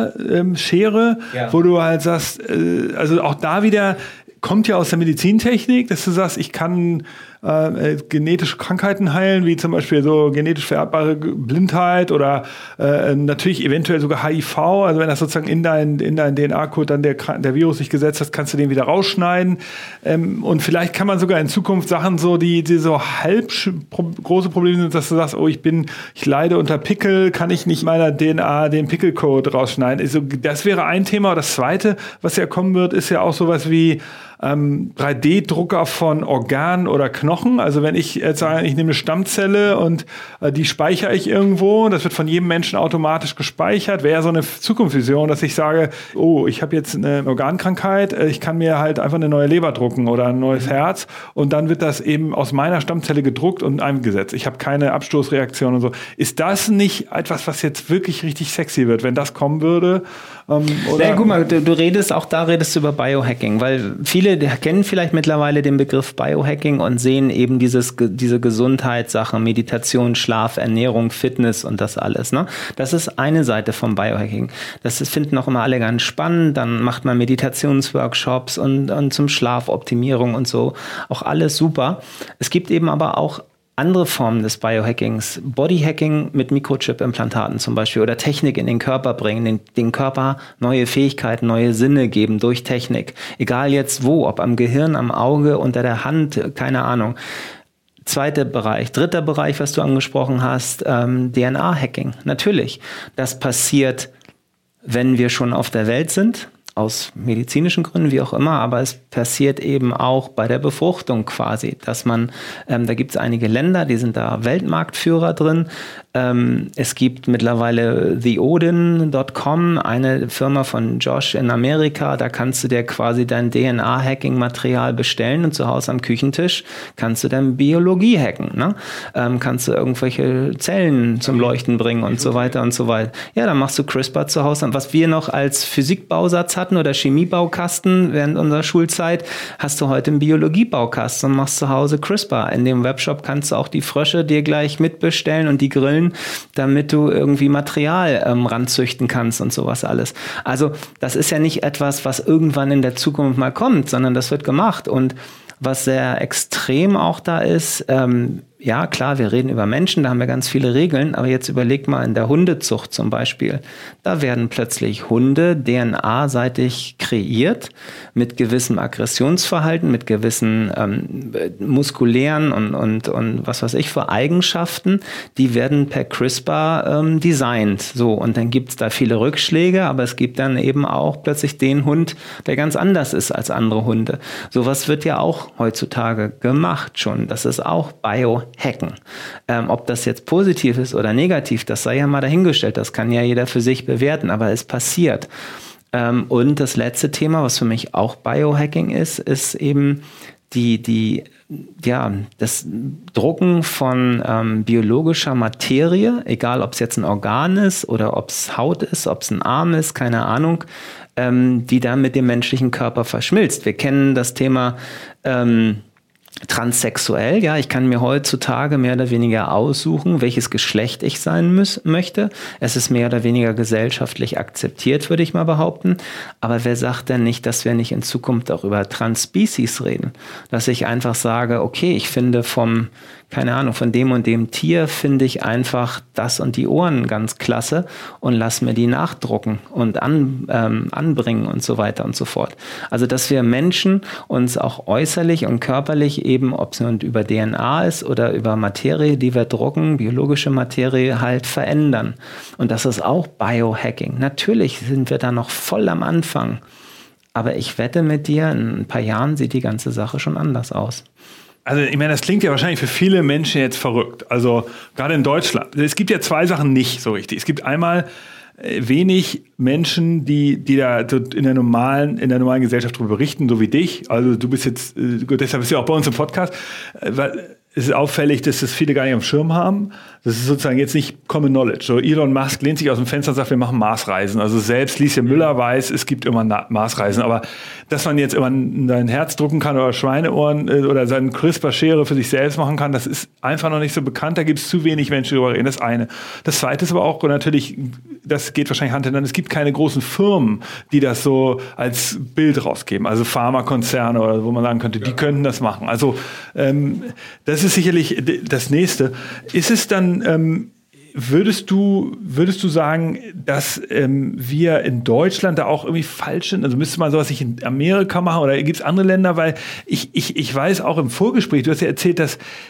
A-Schere, ja. wo du halt sagst, äh, also auch da wieder kommt ja aus der Medizintechnik, dass du sagst, ich kann äh, genetische Krankheiten heilen, wie zum Beispiel so genetisch vererbbare Blindheit oder äh, natürlich eventuell sogar H I V. Also wenn das sozusagen in deinen in dein D N A-Code dann der, der Virus sich gesetzt hat, kannst du den wieder rausschneiden. Ähm, und vielleicht kann man sogar in Zukunft Sachen so, die, die so halb pro, große Probleme sind, dass du sagst, oh, ich bin, ich leide unter Pickel, kann ich nicht meiner D N A den Pickelcode rausschneiden. Also das wäre ein Thema. Das zweite, was ja kommen wird, ist ja auch sowas wie ähm, drei D Drucker von Organen oder Knochen Knochen. Also wenn ich jetzt sage, ich nehme eine Stammzelle und äh, die speichere ich irgendwo, das wird von jedem Menschen automatisch gespeichert, wäre so eine Zukunftsvision, dass ich sage, oh, ich habe jetzt eine Organkrankheit, ich kann mir halt einfach eine neue Leber drucken oder ein neues Herz und dann wird das eben aus meiner Stammzelle gedruckt und eingesetzt. Ich habe keine Abstoßreaktion und so. Ist das nicht etwas, was jetzt wirklich richtig sexy wird, wenn das kommen würde? Ähm, oder? Ja, guck mal, du, du redest, auch da redest du über Biohacking, weil viele kennen vielleicht mittlerweile den Begriff Biohacking und sehen eben dieses, diese Gesundheitssachen, Meditation, Schlaf, Ernährung, Fitness und das alles. Ne? Das ist eine Seite vom Biohacking. Das ist, finden auch immer alle ganz spannend. Dann macht man Meditationsworkshops und, und zum Schlafoptimierung und so. Auch alles super. Es gibt eben aber auch andere Formen des Biohackings, Bodyhacking mit Mikrochip-Implantaten zum Beispiel oder Technik in den Körper bringen, den, den Körper neue Fähigkeiten, neue Sinne geben durch Technik. Egal jetzt wo, ob am Gehirn, am Auge, unter der Hand, keine Ahnung. Zweiter Bereich, dritter Bereich, was du angesprochen hast, ähm, D N A-Hacking. Natürlich, das passiert, wenn wir schon auf der Welt sind, aus medizinischen Gründen, wie auch immer, aber es passiert eben auch bei der Befruchtung quasi, dass man, ähm, da gibt es einige Länder, die sind da Weltmarktführer drin. Ähm, es gibt mittlerweile the odin Punkt com, eine Firma von Josh in Amerika, da kannst du dir quasi dein D N A-Hacking-Material bestellen und zu Hause am Küchentisch kannst du dann Biologie hacken, ne? Ähm, kannst du irgendwelche Zellen zum Leuchten bringen und so weiter und so weiter. Ja, dann machst du CRISPR zu Hause. Und was wir noch als Physikbausatz hatten oder Chemiebaukasten während unserer Schulzeit, hast du heute einen Biologiebaukasten und machst zu Hause CRISPR. In dem Webshop kannst du auch die Frösche dir gleich mitbestellen und die grillen, damit du irgendwie Material ähm, ranzüchten kannst und sowas alles. Also das ist ja nicht etwas, was irgendwann in der Zukunft mal kommt, sondern das wird gemacht. Und was sehr extrem auch da ist, ähm, ja klar, wir reden über Menschen, da haben wir ganz viele Regeln, aber jetzt überleg mal in der Hundezucht zum Beispiel, da werden plötzlich Hunde D N A-seitig kreiert mit gewissem Aggressionsverhalten, mit gewissen ähm, muskulären und, und, und was weiß ich für Eigenschaften, die werden per CRISPR ähm, designt. So, und dann gibt es da viele Rückschläge, aber es gibt dann eben auch plötzlich den Hund, der ganz anders ist als andere Hunde. Sowas wird ja auch heutzutage gemacht schon. Das ist auch Bio Hacken. Ähm, ob das jetzt positiv ist oder negativ, das sei ja mal dahingestellt. Das kann ja jeder für sich bewerten, aber es passiert. Ähm, und das letzte Thema, was für mich auch Biohacking ist, ist eben die, die, ja, das Drucken von ähm, biologischer Materie, egal ob es jetzt ein Organ ist oder ob es Haut ist, ob es ein Arm ist, keine Ahnung, ähm, die dann mit dem menschlichen Körper verschmilzt. Wir kennen das Thema ähm, transsexuell, ja, ich kann mir heutzutage mehr oder weniger aussuchen, welches Geschlecht ich sein muss, möchte. Es ist mehr oder weniger gesellschaftlich akzeptiert, würde ich mal behaupten. Aber wer sagt denn nicht, dass wir nicht in Zukunft auch über Transspecies reden? Dass ich einfach sage, okay, ich finde vom, keine Ahnung, von dem und dem Tier finde ich einfach das und die Ohren ganz klasse und lass mir die nachdrucken und an, ähm, anbringen und so weiter und so fort. Also, dass wir Menschen uns auch äußerlich und körperlich eben, ob es nun über D N A ist oder über Materie, die wir drucken, biologische Materie halt verändern. Und das ist auch Biohacking. Natürlich sind wir da noch voll am Anfang. Aber ich wette mit dir, in ein paar Jahren sieht die ganze Sache schon anders aus. Also ich meine, das klingt ja wahrscheinlich für viele Menschen jetzt verrückt. Also gerade in Deutschland. Es gibt ja zwei Sachen nicht so richtig. Es gibt einmal wenig Menschen, die, die da in der normalen, in der normalen Gesellschaft darüber berichten, so wie dich. Also du bist jetzt, deshalb bist du ja auch bei uns im Podcast, weil es ist auffällig, dass das viele gar nicht am Schirm haben. Das ist sozusagen jetzt nicht Common Knowledge. So Elon Musk lehnt sich aus dem Fenster und sagt, wir machen Marsreisen. Also selbst Lieschen Müller weiß, es gibt immer Na- Marsreisen. Aber dass man jetzt immer sein Herz drucken kann oder Schweineohren äh, oder seine CRISPR-Schere für sich selbst machen kann, das ist einfach noch nicht so bekannt. Da gibt es zu wenig Menschen, die darüber reden. Das eine. Das zweite ist aber auch, und natürlich, das geht wahrscheinlich Hand in Hand, es gibt keine großen Firmen, die das so als Bild rausgeben. Also Pharmakonzerne oder wo man sagen könnte, die ja. könnten das machen. Also ähm, das ist sicherlich das Nächste. Ist es dann, ähm, würdest du, würdest du sagen, dass ähm, wir in Deutschland da auch irgendwie falsch sind? Also müsste man sowas nicht in Amerika machen oder gibt es andere Länder? Weil ich, ich, ich weiß auch im Vorgespräch, du hast ja erzählt, dass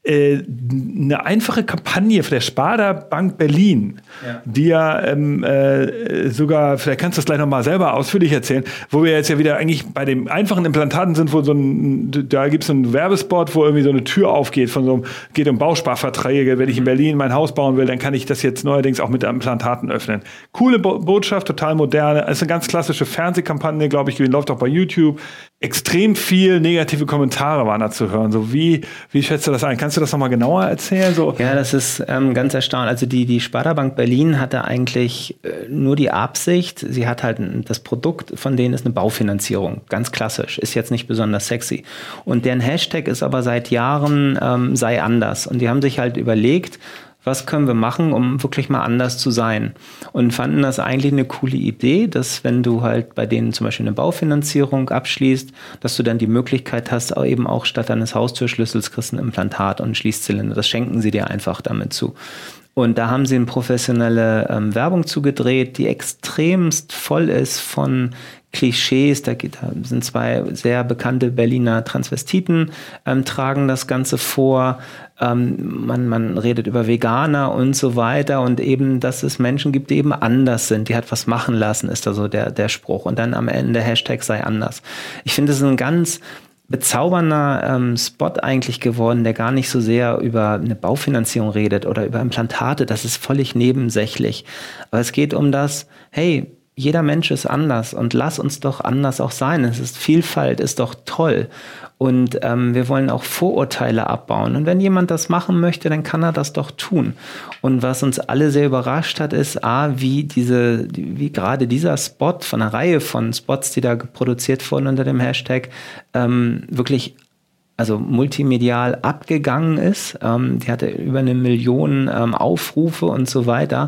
äh, eine einfache Kampagne für der Sparda Bank Berlin, ja. die ja ähm, äh, sogar, vielleicht kannst du das gleich nochmal selber ausführlich erzählen, wo wir jetzt ja wieder eigentlich bei den einfachen Implantaten sind, wo so ein, da gibt es einen Werbespot, wo irgendwie so eine Tür aufgeht, von so einem, geht um Bausparverträge, wenn ich in Berlin mein Haus bauen will, dann kann ich das jetzt neuerdings auch mit Implantaten öffnen. Coole Bo- Botschaft, total moderne, ist eine ganz klassische Fernsehkampagne, glaube ich, läuft auch bei YouTube. Extrem viel negative Kommentare waren da zu hören. So wie, wie schätzt du das ein? Kannst du das nochmal genauer erzählen? So? Ja, das ist ähm, ganz erstaunlich. Also die, die Sparda Bank Berlin hatte eigentlich äh, nur die Absicht, sie hat halt das Produkt, von denen ist eine Baufinanzierung. Ganz klassisch, ist jetzt nicht besonders sexy. Und deren Hashtag ist aber seit Jahren ähm, sei anders. Und die haben sich halt überlegt, was können wir machen, um wirklich mal anders zu sein? Und fanden das eigentlich eine coole Idee, dass wenn du halt bei denen zum Beispiel eine Baufinanzierung abschließt, dass du dann die Möglichkeit hast, auch eben auch statt deines Haustürschlüssels kriegst du ein Implantat und einen Schließzylinder. Das schenken sie dir einfach damit zu. Und da haben sie eine professionelle ähm, Werbung zugedreht, die extremst voll ist von Klischees. Da, geht, da sind zwei sehr bekannte Berliner Transvestiten, ähm, tragen das Ganze vor. Ähm, man, man redet über Veganer und so weiter und eben, dass es Menschen gibt, die eben anders sind. Die hat was machen lassen, ist da so der, der Spruch. Und dann am Ende Hashtag sei anders. Ich finde, das ist ein ganz bezaubernder ähm, Spot eigentlich geworden, der gar nicht so sehr über eine Baufinanzierung redet oder über Implantate. Das ist völlig nebensächlich. Aber es geht um das, hey, jeder Mensch ist anders und lass uns doch anders auch sein. Es ist Vielfalt, ist doch toll. Und ähm, wir wollen auch Vorurteile abbauen. Und wenn jemand das machen möchte, dann kann er das doch tun. Und was uns alle sehr überrascht hat, ist, A, wie diese, wie gerade dieser Spot von einer Reihe von Spots, die da produziert wurden unter dem Hashtag, ähm, wirklich also multimedial abgegangen ist. Ähm, die hatte über eine Million ähm, Aufrufe und so weiter.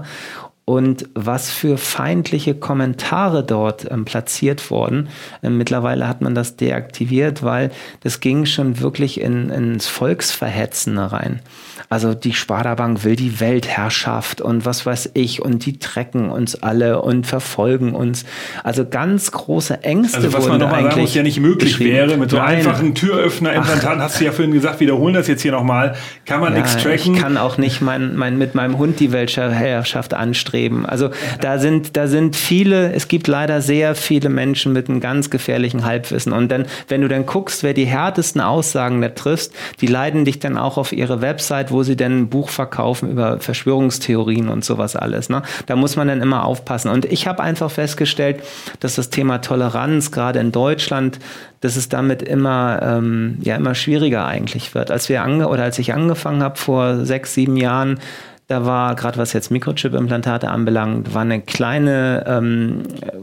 Und was für feindliche Kommentare dort ähm, platziert wurden. Ähm, mittlerweile hat man das deaktiviert, weil das ging schon wirklich in, ins Volksverhetzen rein. Also die Sparda Bank will die Weltherrschaft und was weiß ich und die trecken uns alle und verfolgen uns. Also ganz große Ängste. Also was man nochmal sagen muss, ja nicht möglich wäre, mit so Nein. einfachen Türöffner-Implantaten, hast du ja vorhin gesagt, wiederholen das jetzt hier nochmal, kann man ja, nichts tracken. Ich kann auch nicht mein, mein, mit meinem Hund die Weltherrschaft anstreben. Also da sind, da sind viele, es gibt leider sehr viele Menschen mit einem ganz gefährlichen Halbwissen. Und dann, wenn du dann guckst, wer die härtesten Aussagen da triffst, die leiten dich dann auch auf ihre Website, wo sie dann ein Buch verkaufen über Verschwörungstheorien und sowas alles. Ne? Da muss man dann immer aufpassen. Und ich habe einfach festgestellt, dass das Thema Toleranz, gerade in Deutschland, dass es damit immer, ähm, ja, immer schwieriger eigentlich wird. Als wir ange- oder als ich angefangen habe vor sechs, sieben Jahren, da war, gerade was jetzt Mikrochip-Implantate anbelangt, war eine kleine ähm,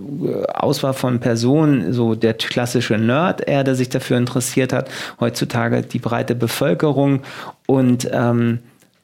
Auswahl von Personen, so der klassische Nerd, eher, der sich dafür interessiert hat. Heutzutage die breite Bevölkerung. Und ähm,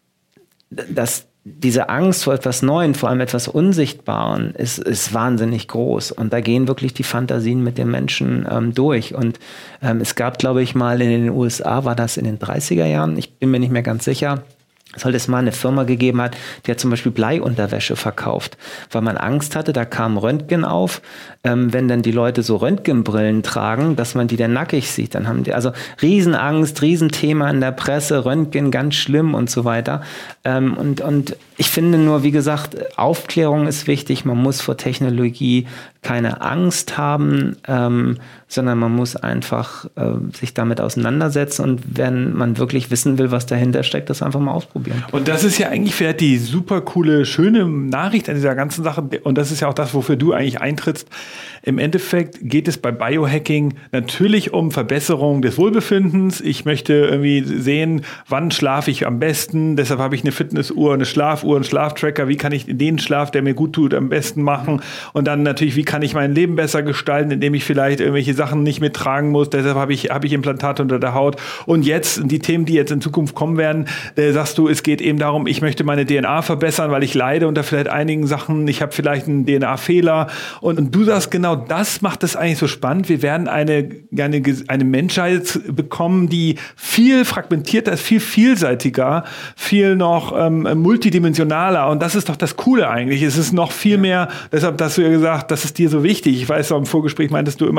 das, diese Angst vor etwas Neuem, vor allem etwas Unsichtbaren, ist, ist wahnsinnig groß. Und da gehen wirklich die Fantasien mit den Menschen ähm, durch. Und ähm, es gab, glaube ich, mal in den U S A, war das in den dreißiger Jahren, ich bin mir nicht mehr ganz sicher, soll es mal eine Firma gegeben hat, die hat zum Beispiel Bleiunterwäsche verkauft, weil man Angst hatte, da kam Röntgen auf, ähm, wenn dann die Leute so Röntgenbrillen tragen, dass man die dann nackig sieht, dann haben die also Riesenangst, Riesenthema in der Presse, Röntgen ganz schlimm und so weiter. Ähm, und, und ich finde nur, wie gesagt, Aufklärung ist wichtig, man muss vor Technologie keine Angst haben, ähm, sondern man muss einfach äh, sich damit auseinandersetzen und wenn man wirklich wissen will, was dahinter steckt, das einfach mal ausprobieren. Und das ist ja eigentlich vielleicht die super coole, schöne Nachricht an dieser ganzen Sache und das ist ja auch das, wofür du eigentlich eintrittst. Im Endeffekt geht es bei Biohacking natürlich um Verbesserung des Wohlbefindens. Ich möchte irgendwie sehen, wann schlafe ich am besten. Deshalb habe ich eine Fitnessuhr, eine Schlafuhr, einen Schlaftracker. Wie kann ich den Schlaf, der mir gut tut, am besten machen? Und dann natürlich, wie kann ich mein Leben besser gestalten, indem ich vielleicht irgendwelche Sachen nicht mittragen muss. Deshalb habe ich, habe ich Implantate unter der Haut. Und jetzt, die Themen, die jetzt in Zukunft kommen werden, da sagst du, es geht eben darum, ich möchte meine D N A verbessern, weil ich leide unter vielleicht einigen Sachen. Ich habe vielleicht einen D N A-Fehler. Und, und du sagst, genau das macht es eigentlich so spannend. Wir werden eine, eine, eine Menschheit bekommen, die viel fragmentierter ist, viel vielseitiger, viel noch ähm, multidimensionaler. Und das ist doch das Coole eigentlich. Es ist noch viel mehr, deshalb hast du ja gesagt, das ist dir so wichtig. Ich weiß, auch im Vorgespräch meintest du immer, es geht um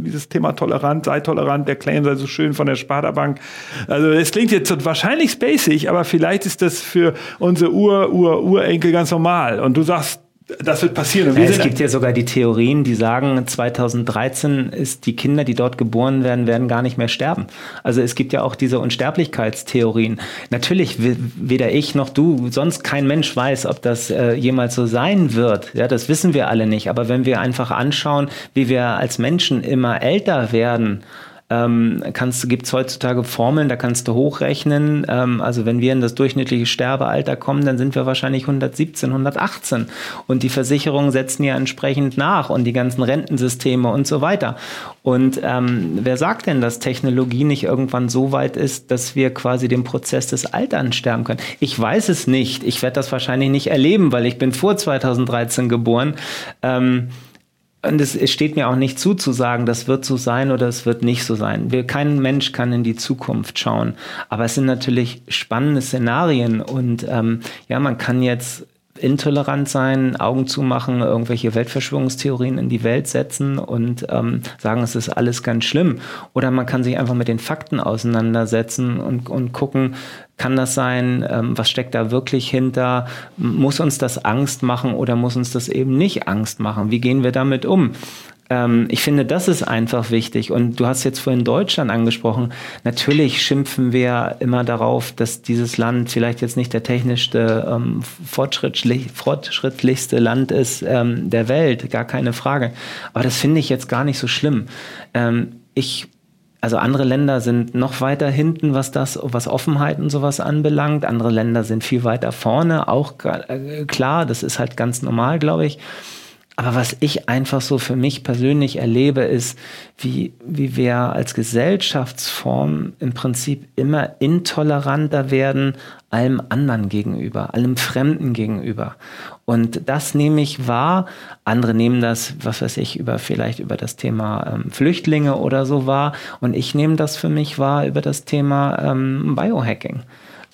dieses Thema tolerant, sei tolerant, der Claim sei so schön von der Sparda-Bank. Also es klingt jetzt wahrscheinlich spacig, aber vielleicht ist das für unsere Ur, Ur, Urenkel ganz normal. Und du sagst, das wird passieren. Und ja, es gibt ja sogar die Theorien, die sagen, zweitausenddreizehn ist die Kinder, die dort geboren werden, werden gar nicht mehr sterben. Also es gibt ja auch diese Unsterblichkeitstheorien. Natürlich, weder ich noch du, sonst kein Mensch weiß, ob das äh, jemals so sein wird. Ja, das wissen wir alle nicht. Aber wenn wir einfach anschauen, wie wir als Menschen immer älter werden, Ähm, kannst, gibt's heutzutage Formeln, da kannst du hochrechnen. Ähm, also wenn wir in das durchschnittliche Sterbealter kommen, dann sind wir wahrscheinlich hundertsiebzehn, hundertachtzehn. Und die Versicherungen setzen ja entsprechend nach und die ganzen Rentensysteme und so weiter. Und ähm, wer sagt denn, dass Technologie nicht irgendwann so weit ist, dass wir quasi den Prozess des Alterns sterben können? Ich weiß es nicht. Ich werde das wahrscheinlich nicht erleben, weil ich bin vor zweitausenddreizehn geboren. Ähm, Und es, es steht mir auch nicht zu, zu sagen, das wird so sein oder es wird nicht so sein. Wir, kein Mensch kann in die Zukunft schauen. Aber es sind natürlich spannende Szenarien. Und ähm, ja, man kann jetzt intolerant sein, Augen zumachen, irgendwelche Weltverschwörungstheorien in die Welt setzen und ähm, sagen, es ist alles ganz schlimm. Oder man kann sich einfach mit den Fakten auseinandersetzen und, und gucken, kann das sein, ähm, was steckt da wirklich hinter? Muss uns das Angst machen oder muss uns das eben nicht Angst machen? Wie gehen wir damit um? Ähm, ich finde, das ist einfach wichtig. Und du hast jetzt vorhin Deutschland angesprochen. Natürlich schimpfen wir immer darauf, dass dieses Land vielleicht jetzt nicht der technischste, ähm, fortschrittlich, fortschrittlichste Land ist ähm, der Welt, gar keine Frage. Aber das finde ich jetzt gar nicht so schlimm. Ähm, ich Also andere Länder sind noch weiter hinten, was das, was Offenheit und sowas anbelangt. Andere Länder sind viel weiter vorne, auch äh, klar, das ist halt ganz normal, glaube ich. Aber was ich einfach so für mich persönlich erlebe, ist, wie, wie wir als Gesellschaftsform im Prinzip immer intoleranter werden, allem anderen gegenüber, allem Fremden gegenüber. Und das nehme ich wahr. Andere nehmen das, was weiß ich, über vielleicht über das Thema ähm, Flüchtlinge oder so wahr. Und ich nehme das für mich wahr über das Thema ähm, Biohacking.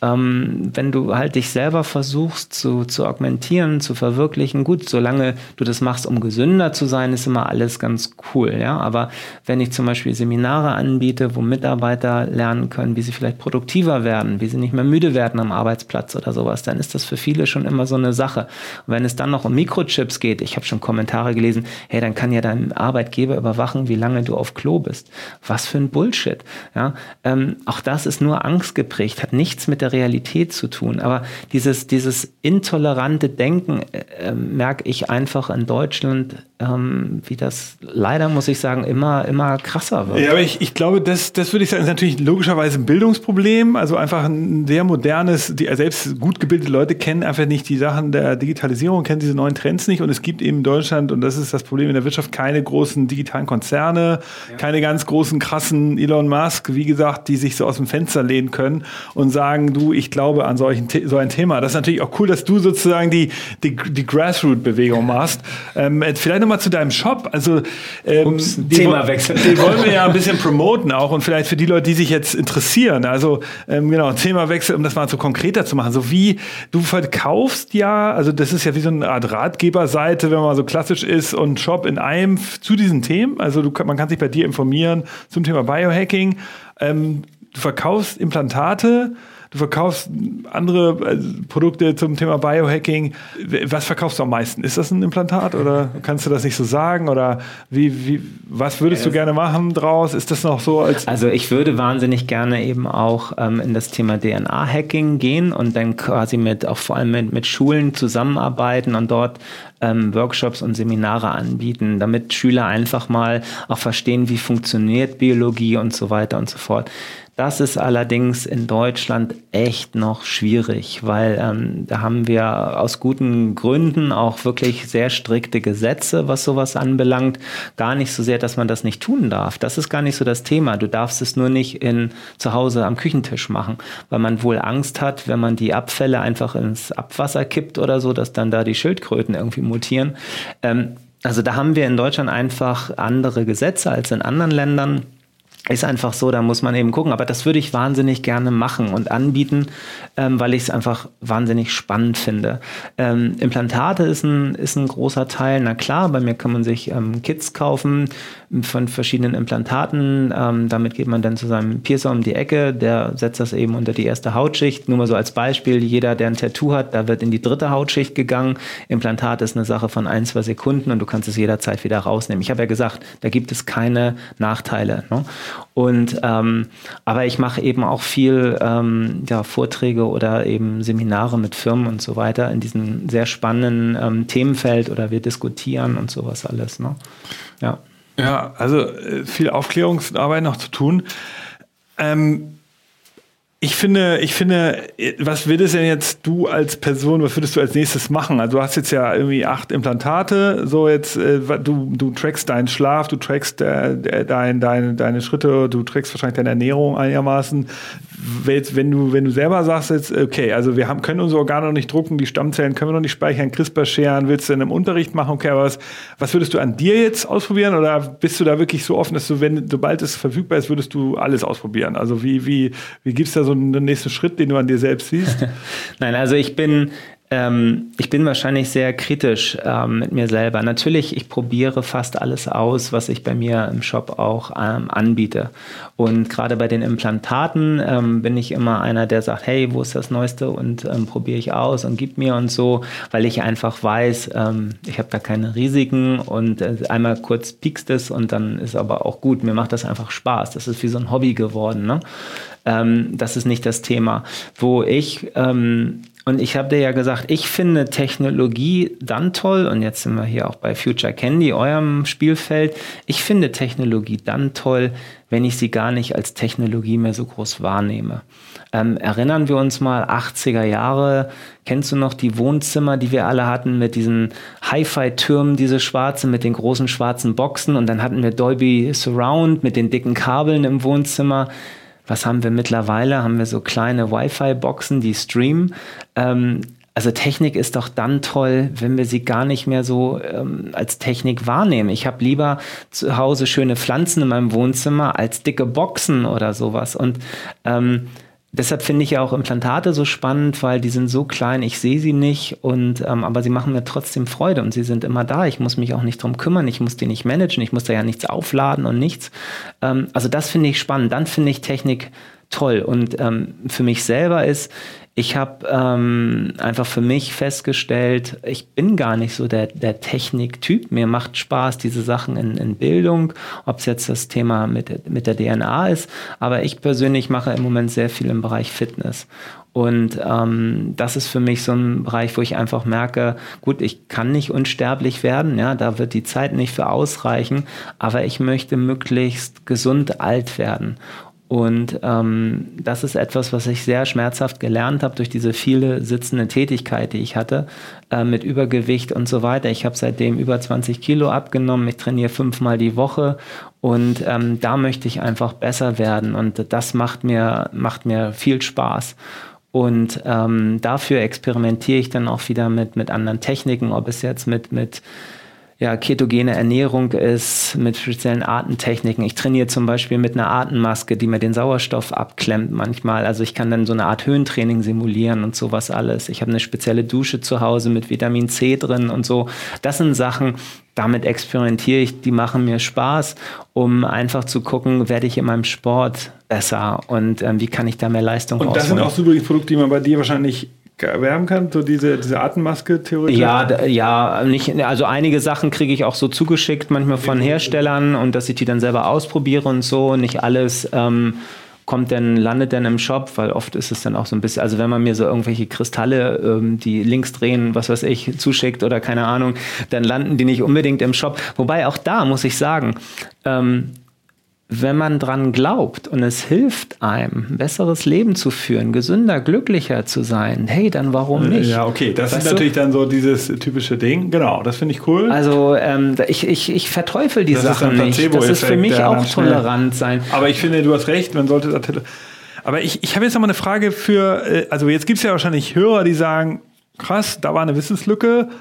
Ähm, wenn du halt dich selber versuchst zu, zu augmentieren, zu verwirklichen, gut, solange du das machst, um gesünder zu sein, ist immer alles ganz cool, ja, aber wenn ich zum Beispiel Seminare anbiete, wo Mitarbeiter lernen können, wie sie vielleicht produktiver werden, wie sie nicht mehr müde werden am Arbeitsplatz oder sowas, dann ist das für viele schon immer so eine Sache. Und wenn es dann noch um Mikrochips geht, ich habe schon Kommentare gelesen, hey, dann kann ja dein Arbeitgeber überwachen, wie lange du auf Klo bist. Was für ein Bullshit, ja, ähm, auch das ist nur Angst geprägt, hat nichts mit der Realität zu tun. Aber dieses, dieses intolerante Denken äh, merke ich einfach in Deutschland, ähm, wie das leider, muss ich sagen, immer, immer krasser wird. Ja, aber ich, ich glaube, das, das würde ich sagen, ist natürlich logischerweise ein Bildungsproblem. Also einfach ein sehr modernes, die selbst gut gebildete Leute kennen einfach nicht die Sachen der Digitalisierung, kennen diese neuen Trends nicht. Und es gibt eben in Deutschland, und das ist das Problem in der Wirtschaft, keine großen digitalen Konzerne, ja. keine ganz großen, krassen Elon Musk, wie gesagt, die sich so aus dem Fenster lehnen können und sagen, du, ich glaube an solchen, so ein Thema. Das ist natürlich auch cool, dass du sozusagen die, die, die Grassroot-Bewegung machst. Ähm, vielleicht nochmal zu deinem Shop. Also, ähm, Ups, Themawechsel. Den wollen wir ja ein bisschen promoten auch und vielleicht für die Leute, die sich jetzt interessieren. Also, ähm, genau, Themawechsel, um das mal so konkreter zu machen. So wie du verkaufst ja, also das ist ja wie so eine Art Ratgeberseite, wenn man so klassisch ist und Shop in einem zu diesen Themen. Also du, man kann sich bei dir informieren zum Thema Biohacking. Ähm, du verkaufst Implantate. Du verkaufst andere äh, Produkte zum Thema Biohacking. Was verkaufst du am meisten? Ist das ein Implantat oder kannst du das nicht so sagen? Oder wie, wie, was würdest du gerne machen draus? Ist das noch so als... Also ich würde wahnsinnig gerne eben auch ähm, in das Thema D N A-Hacking gehen und dann quasi mit, auch vor allem mit, mit Schulen zusammenarbeiten und dort ähm, Workshops und Seminare anbieten, damit Schüler einfach mal auch verstehen, wie funktioniert Biologie und so weiter und so fort. Das ist allerdings in Deutschland echt noch schwierig, weil ähm, da haben wir aus guten Gründen auch wirklich sehr strikte Gesetze, was sowas anbelangt. Gar nicht so sehr, dass man das nicht tun darf. Das ist gar nicht so das Thema. Du darfst es nur nicht in, zu Hause am Küchentisch machen, weil man wohl Angst hat, wenn man die Abfälle einfach ins Abwasser kippt oder so, dass dann da die Schildkröten irgendwie mutieren. Ähm, also da haben wir in Deutschland einfach andere Gesetze als in anderen Ländern. Ist einfach so, da muss man eben gucken. Aber das würde ich wahnsinnig gerne machen und anbieten, ähm, weil ich es einfach wahnsinnig spannend finde. Ähm, Implantate ist ein, ist ein großer Teil. Na klar, bei mir kann man sich ähm, Kits kaufen von verschiedenen Implantaten. Ähm, damit geht man dann zu seinem Piercer um die Ecke. Der setzt das eben unter die erste Hautschicht. Nur mal so als Beispiel, jeder, der ein Tattoo hat, da wird in die dritte Hautschicht gegangen. Implantat ist eine Sache von ein, zwei Sekunden und du kannst es jederzeit wieder rausnehmen. Ich habe ja gesagt, da gibt es keine Nachteile, ne? Und ähm, aber ich mache eben auch viel ähm, ja, Vorträge oder eben Seminare mit Firmen und so weiter in diesem sehr spannenden ähm, Themenfeld oder wir diskutieren und sowas alles. Ne? Ja. Ja, also äh, viel Aufklärungsarbeit noch zu tun. Ähm, Ich finde, ich finde, was würdest denn jetzt du als Person, was würdest du als nächstes machen? Also du hast jetzt ja irgendwie acht Implantate, so jetzt, äh, du, du trackst deinen Schlaf, du trackst äh, dein, dein, deine Schritte, du trackst wahrscheinlich deine Ernährung einigermaßen. Jetzt, wenn du, wenn du selber sagst jetzt, okay, also wir haben, können unsere Organe noch nicht drucken, die Stammzellen können wir noch nicht speichern, CRISPR-Scheren, willst du denn im Unterricht machen? Okay, aber was, was würdest du an dir jetzt ausprobieren? Oder bist du da wirklich so offen, dass du, wenn, sobald es verfügbar ist, würdest du alles ausprobieren? Also wie, wie, wie gibt's da so einen nächsten Schritt, den du an dir selbst siehst? Nein, also ich bin, ähm, ich bin wahrscheinlich sehr kritisch ähm, mit mir selber. Natürlich, ich probiere fast alles aus, was ich bei mir im Shop auch ähm, anbiete. Und gerade bei den Implantaten ähm, bin ich immer einer, der sagt, hey, wo ist das Neueste? Und ähm, probiere ich aus und gib mir und so, weil ich einfach weiß, ähm, ich habe da keine Risiken und äh, einmal kurz piekst es und dann ist aber auch gut. Mir macht das einfach Spaß. Das ist wie so ein Hobby geworden, ne? Ähm, das ist nicht das Thema. Wo ich, ähm, und ich habe dir ja gesagt, ich finde Technologie dann toll, und jetzt sind wir hier auch bei Future Candy, eurem Spielfeld, ich finde Technologie dann toll, wenn ich sie gar nicht als Technologie mehr so groß wahrnehme. Ähm, erinnern wir uns mal, achtziger Jahre, kennst du noch die Wohnzimmer, die wir alle hatten mit diesen Hi-Fi-Türmen, diese schwarzen, mit den großen schwarzen Boxen, und dann hatten wir Dolby Surround mit den dicken Kabeln im Wohnzimmer. Was haben wir mittlerweile? Haben wir so kleine Wi-Fi-Boxen, die streamen. Ähm, also Technik ist doch dann toll, wenn wir sie gar nicht mehr so ähm, als Technik wahrnehmen. Ich habe lieber zu Hause schöne Pflanzen in meinem Wohnzimmer als dicke Boxen oder sowas. Und ähm, deshalb finde ich ja auch Implantate so spannend, weil die sind so klein, ich sehe sie nicht, und ähm, aber sie machen mir trotzdem Freude und sie sind immer da. Ich muss mich auch nicht drum kümmern, ich muss die nicht managen, ich muss da ja nichts aufladen und nichts. Ähm, also das finde ich spannend. Dann finde ich Technik toll. Und ähm, für mich selber ist, ich habe ähm, einfach für mich festgestellt, ich bin gar nicht so der, der Techniktyp. Mir macht Spaß, diese Sachen in, in Bildung, ob es jetzt das Thema mit, mit der D N A ist. Aber ich persönlich mache im Moment sehr viel im Bereich Fitness. Und ähm, das ist für mich so ein Bereich, wo ich einfach merke, gut, ich kann nicht unsterblich werden, ja, da wird die Zeit nicht für ausreichen, aber ich möchte möglichst gesund alt werden. Und ähm, das ist etwas, was ich sehr schmerzhaft gelernt habe durch diese viele sitzende Tätigkeit, die ich hatte, äh, mit Übergewicht und so weiter. Ich habe seitdem über zwanzig Kilo abgenommen, ich trainiere fünfmal die Woche, und ähm, da möchte ich einfach besser werden, und das macht mir, macht mir viel Spaß. Und ähm, dafür experimentiere ich dann auch wieder mit, mit anderen Techniken, ob es jetzt mit, mit ja, ketogene Ernährung ist, mit speziellen Atemtechniken. Ich trainiere zum Beispiel mit einer Atemmaske, die mir den Sauerstoff abklemmt manchmal. Also ich kann dann so eine Art Höhentraining simulieren und sowas alles. Ich habe eine spezielle Dusche zu Hause mit Vitamin C drin und so. Das sind Sachen, damit experimentiere ich, die machen mir Spaß, um einfach zu gucken, werde ich in meinem Sport besser und ähm, wie kann ich da mehr Leistung rausholen. Und das sind auch so übrigens Produkte, die man bei dir wahrscheinlich erwerben kann, so diese, diese Atemmaske theoretisch? Ja, d- ja, nicht, also einige Sachen kriege ich auch so zugeschickt, manchmal von Herstellern, und dass ich die dann selber ausprobiere und so. Nicht alles ähm, kommt dann, landet dann im Shop, weil oft ist es dann auch so ein bisschen, also wenn man mir so irgendwelche Kristalle, ähm, die links drehen, was weiß ich, zuschickt oder keine Ahnung, dann landen die nicht unbedingt im Shop. Wobei auch da muss ich sagen, ähm, wenn man dran glaubt und es hilft einem, ein besseres Leben zu führen, gesünder, glücklicher zu sein, hey, dann warum nicht? Ja, okay, das weißt ist natürlich du? Dann so dieses typische Ding. Genau, das finde ich cool. Also ähm, ich, ich, ich verteufel die das Sachen nicht. Das ist für mich auch tolerant sein. Aber ich finde, du hast recht, man sollte das... Aber ich, ich habe jetzt noch mal eine Frage für... Also jetzt gibt es ja wahrscheinlich Hörer, die sagen, krass, da war eine Wissenslücke.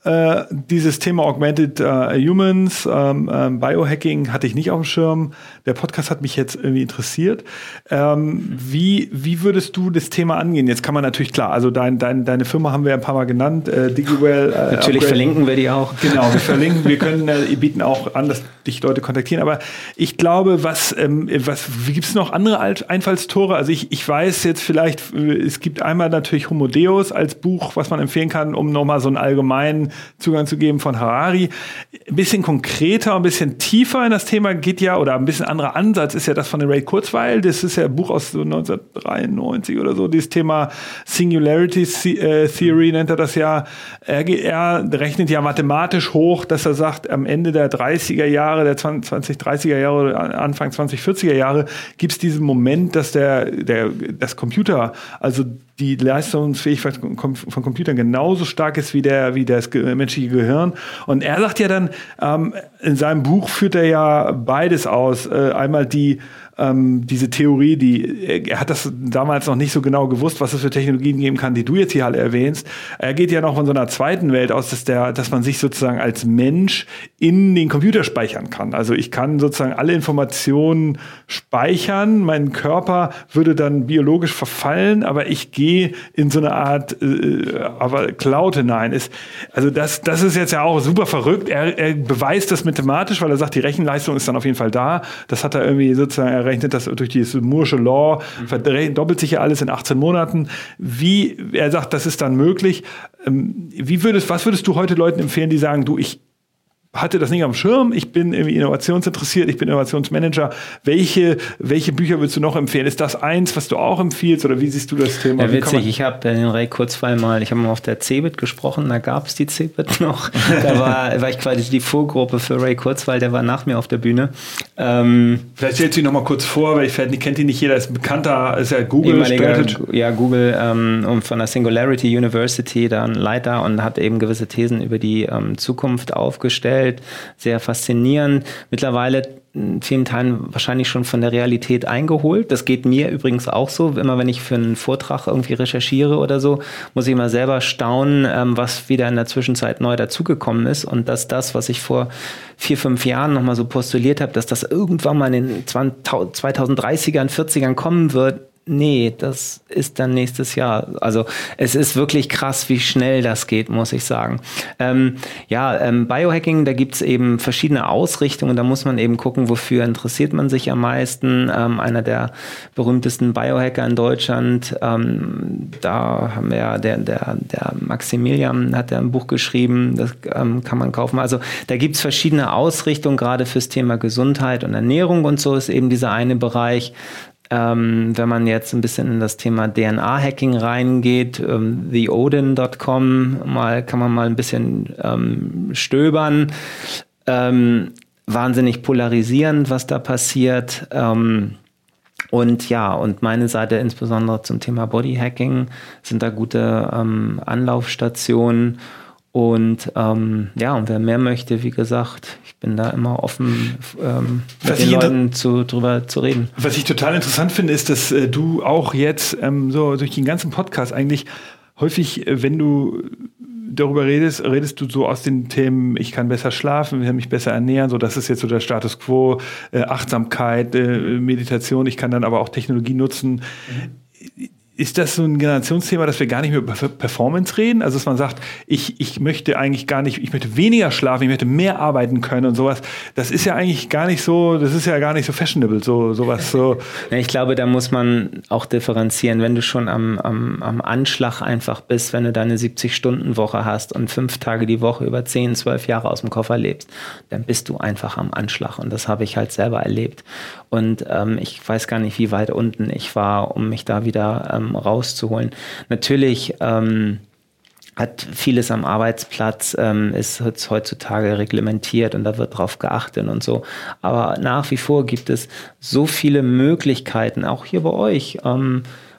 Äh, dieses Thema Augmented äh, Humans, ähm, ähm, Biohacking hatte ich nicht auf dem Schirm. Der Podcast hat mich jetzt irgendwie interessiert. Ähm, wie, wie würdest du das Thema angehen? Jetzt kann man natürlich, klar, also dein, dein, deine Firma haben wir ein paar Mal genannt, äh, DigiWell. Äh, natürlich Upgrade. Verlinken wir die auch. Genau, wir verlinken, wir können, äh, bieten auch an, dass dich Leute kontaktieren. Aber ich glaube, was, ähm, was gibt es noch andere Einfallstore? Also ich, ich weiß jetzt vielleicht, es gibt einmal natürlich Homo Deus als Buch, was man empfehlen kann, um nochmal so einen allgemeinen Zugang zu geben von Harari. Ein bisschen konkreter, ein bisschen tiefer in das Thema geht ja, oder ein bisschen anderer Ansatz ist ja das von Ray Kurzweil. Das ist ja ein Buch aus so neunzehnhundertdreiundneunzig oder so, dieses Thema Singularity Theory nennt er das ja. Er, er rechnet ja mathematisch hoch, dass er sagt, am Ende der dreißiger Jahre, der zwanzig dreißiger Jahre, Anfang zwanzig vierziger Jahre, gibt es diesen Moment, dass der, der, das Computer, also die Leistungsfähigkeit von Computern genauso stark ist wie der wie das menschliche Gehirn. Und er sagt ja dann, ähm, in seinem Buch führt er ja beides aus. Äh, einmal die ähm, diese Theorie, die er hat das damals noch nicht so genau gewusst, was es für Technologien geben kann, die du jetzt hier alle erwähnst. Er geht ja noch von so einer zweiten Welt aus, dass der, dass man sich sozusagen als Mensch in den Computer speichern kann. Also ich kann sozusagen alle Informationen speichern. Mein Körper würde dann biologisch verfallen, aber ich gehe in so eine Art äh, aber Cloud hinein. Ist, also das, das ist jetzt ja auch super verrückt. Er, er beweist das mathematisch, weil er sagt, die Rechenleistung ist dann auf jeden Fall da. Das hat er irgendwie sozusagen errechnet, dass durch dieses Moore'sche Law mhm. verdoppelt sich ja alles in achtzehn Monaten. Wie, er sagt, das ist dann möglich. Ähm, wie würdest, was würdest du heute Leuten empfehlen, die sagen, du, ich hatte das nicht am Schirm, ich bin irgendwie innovationsinteressiert, ich bin Innovationsmanager. Welche, welche Bücher würdest du noch empfehlen? Ist das eins, was du auch empfiehlst oder wie siehst du das Thema? Ja, witzig, ich habe den Ray Kurzweil mal, ich habe mal auf der CeBIT gesprochen, da gab es die CeBIT noch. Da war, war ich quasi die Vorgruppe für Ray Kurzweil, der war nach mir auf der Bühne. Ähm, Vielleicht stellst du ihn noch mal kurz vor, weil ich kennt ihn nicht jeder, ist ein bekannter, ist ja Google. Ja, Google ähm, und von der Singularity University, dann Leiter und hat eben gewisse Thesen über die ähm, Zukunft aufgestellt. Sehr faszinierend. Mittlerweile in vielen Teilen wahrscheinlich schon von der Realität eingeholt. Das geht mir übrigens auch so. Immer wenn ich für einen Vortrag irgendwie recherchiere oder so, muss ich immer selber staunen, ähm, was wieder in der Zwischenzeit neu dazugekommen ist und dass das, was ich vor vier, fünf Jahren nochmal so postuliert habe, dass das irgendwann mal in den zweitausenddreißigern, vierzigern kommen wird, nee, das ist dann nächstes Jahr. Also es ist wirklich krass, wie schnell das geht, muss ich sagen. Ähm, ja, ähm, Biohacking, da gibt es eben verschiedene Ausrichtungen. Da muss man eben gucken, wofür interessiert man sich am meisten. Ähm, einer der berühmtesten Biohacker in Deutschland, ähm, da haben wir ja, der, der, der Maximilian hat ja ein Buch geschrieben, das ähm, kann man kaufen. Also da gibt es verschiedene Ausrichtungen, gerade fürs Thema Gesundheit und Ernährung und so ist eben dieser eine Bereich. Ähm, wenn man jetzt ein bisschen in das Thema D N A-Hacking reingeht, ähm, the odin dot com, mal, kann man mal ein bisschen ähm, stöbern. Ähm, wahnsinnig polarisierend, was da passiert. Ähm, und ja, und meine Seite insbesondere zum Thema Bodyhacking sind da gute ähm, Anlaufstationen. Und ähm, ja, und wer mehr möchte, wie gesagt, ich bin da immer offen, ähm, mit den Leuten zu, drüber zu reden. Was ich total interessant finde, ist, dass äh, du auch jetzt ähm, so durch den ganzen Podcast eigentlich häufig, äh, wenn du darüber redest, redest du so aus den Themen, ich kann besser schlafen, ich kann mich besser ernähren, so das ist jetzt so der Status quo, äh, Achtsamkeit, äh, Meditation, ich kann dann aber auch Technologie nutzen. Mhm. Ist das so ein Generationsthema, dass wir gar nicht mehr über Performance reden? Also, dass man sagt, ich, ich möchte eigentlich gar nicht, ich möchte weniger schlafen, ich möchte mehr arbeiten können und sowas. Das ist ja eigentlich gar nicht so, das ist ja gar nicht so fashionable, so, sowas, so. Ja, ich glaube, da muss man auch differenzieren. Wenn du schon am, am, am Anschlag einfach bist, wenn du deine siebzig-Stunden-Woche hast und fünf Tage die Woche über zehn, zwölf Jahre aus dem Koffer lebst, dann bist du einfach am Anschlag. Und das habe ich halt selber erlebt. Und ähm, ich weiß gar nicht, wie weit unten ich war, um mich da wieder ähm, rauszuholen. Natürlich ähm, hat vieles am Arbeitsplatz, ähm, ist heutzutage reglementiert und da wird drauf geachtet und so. Aber nach wie vor gibt es so viele Möglichkeiten, auch hier bei euch, ähm,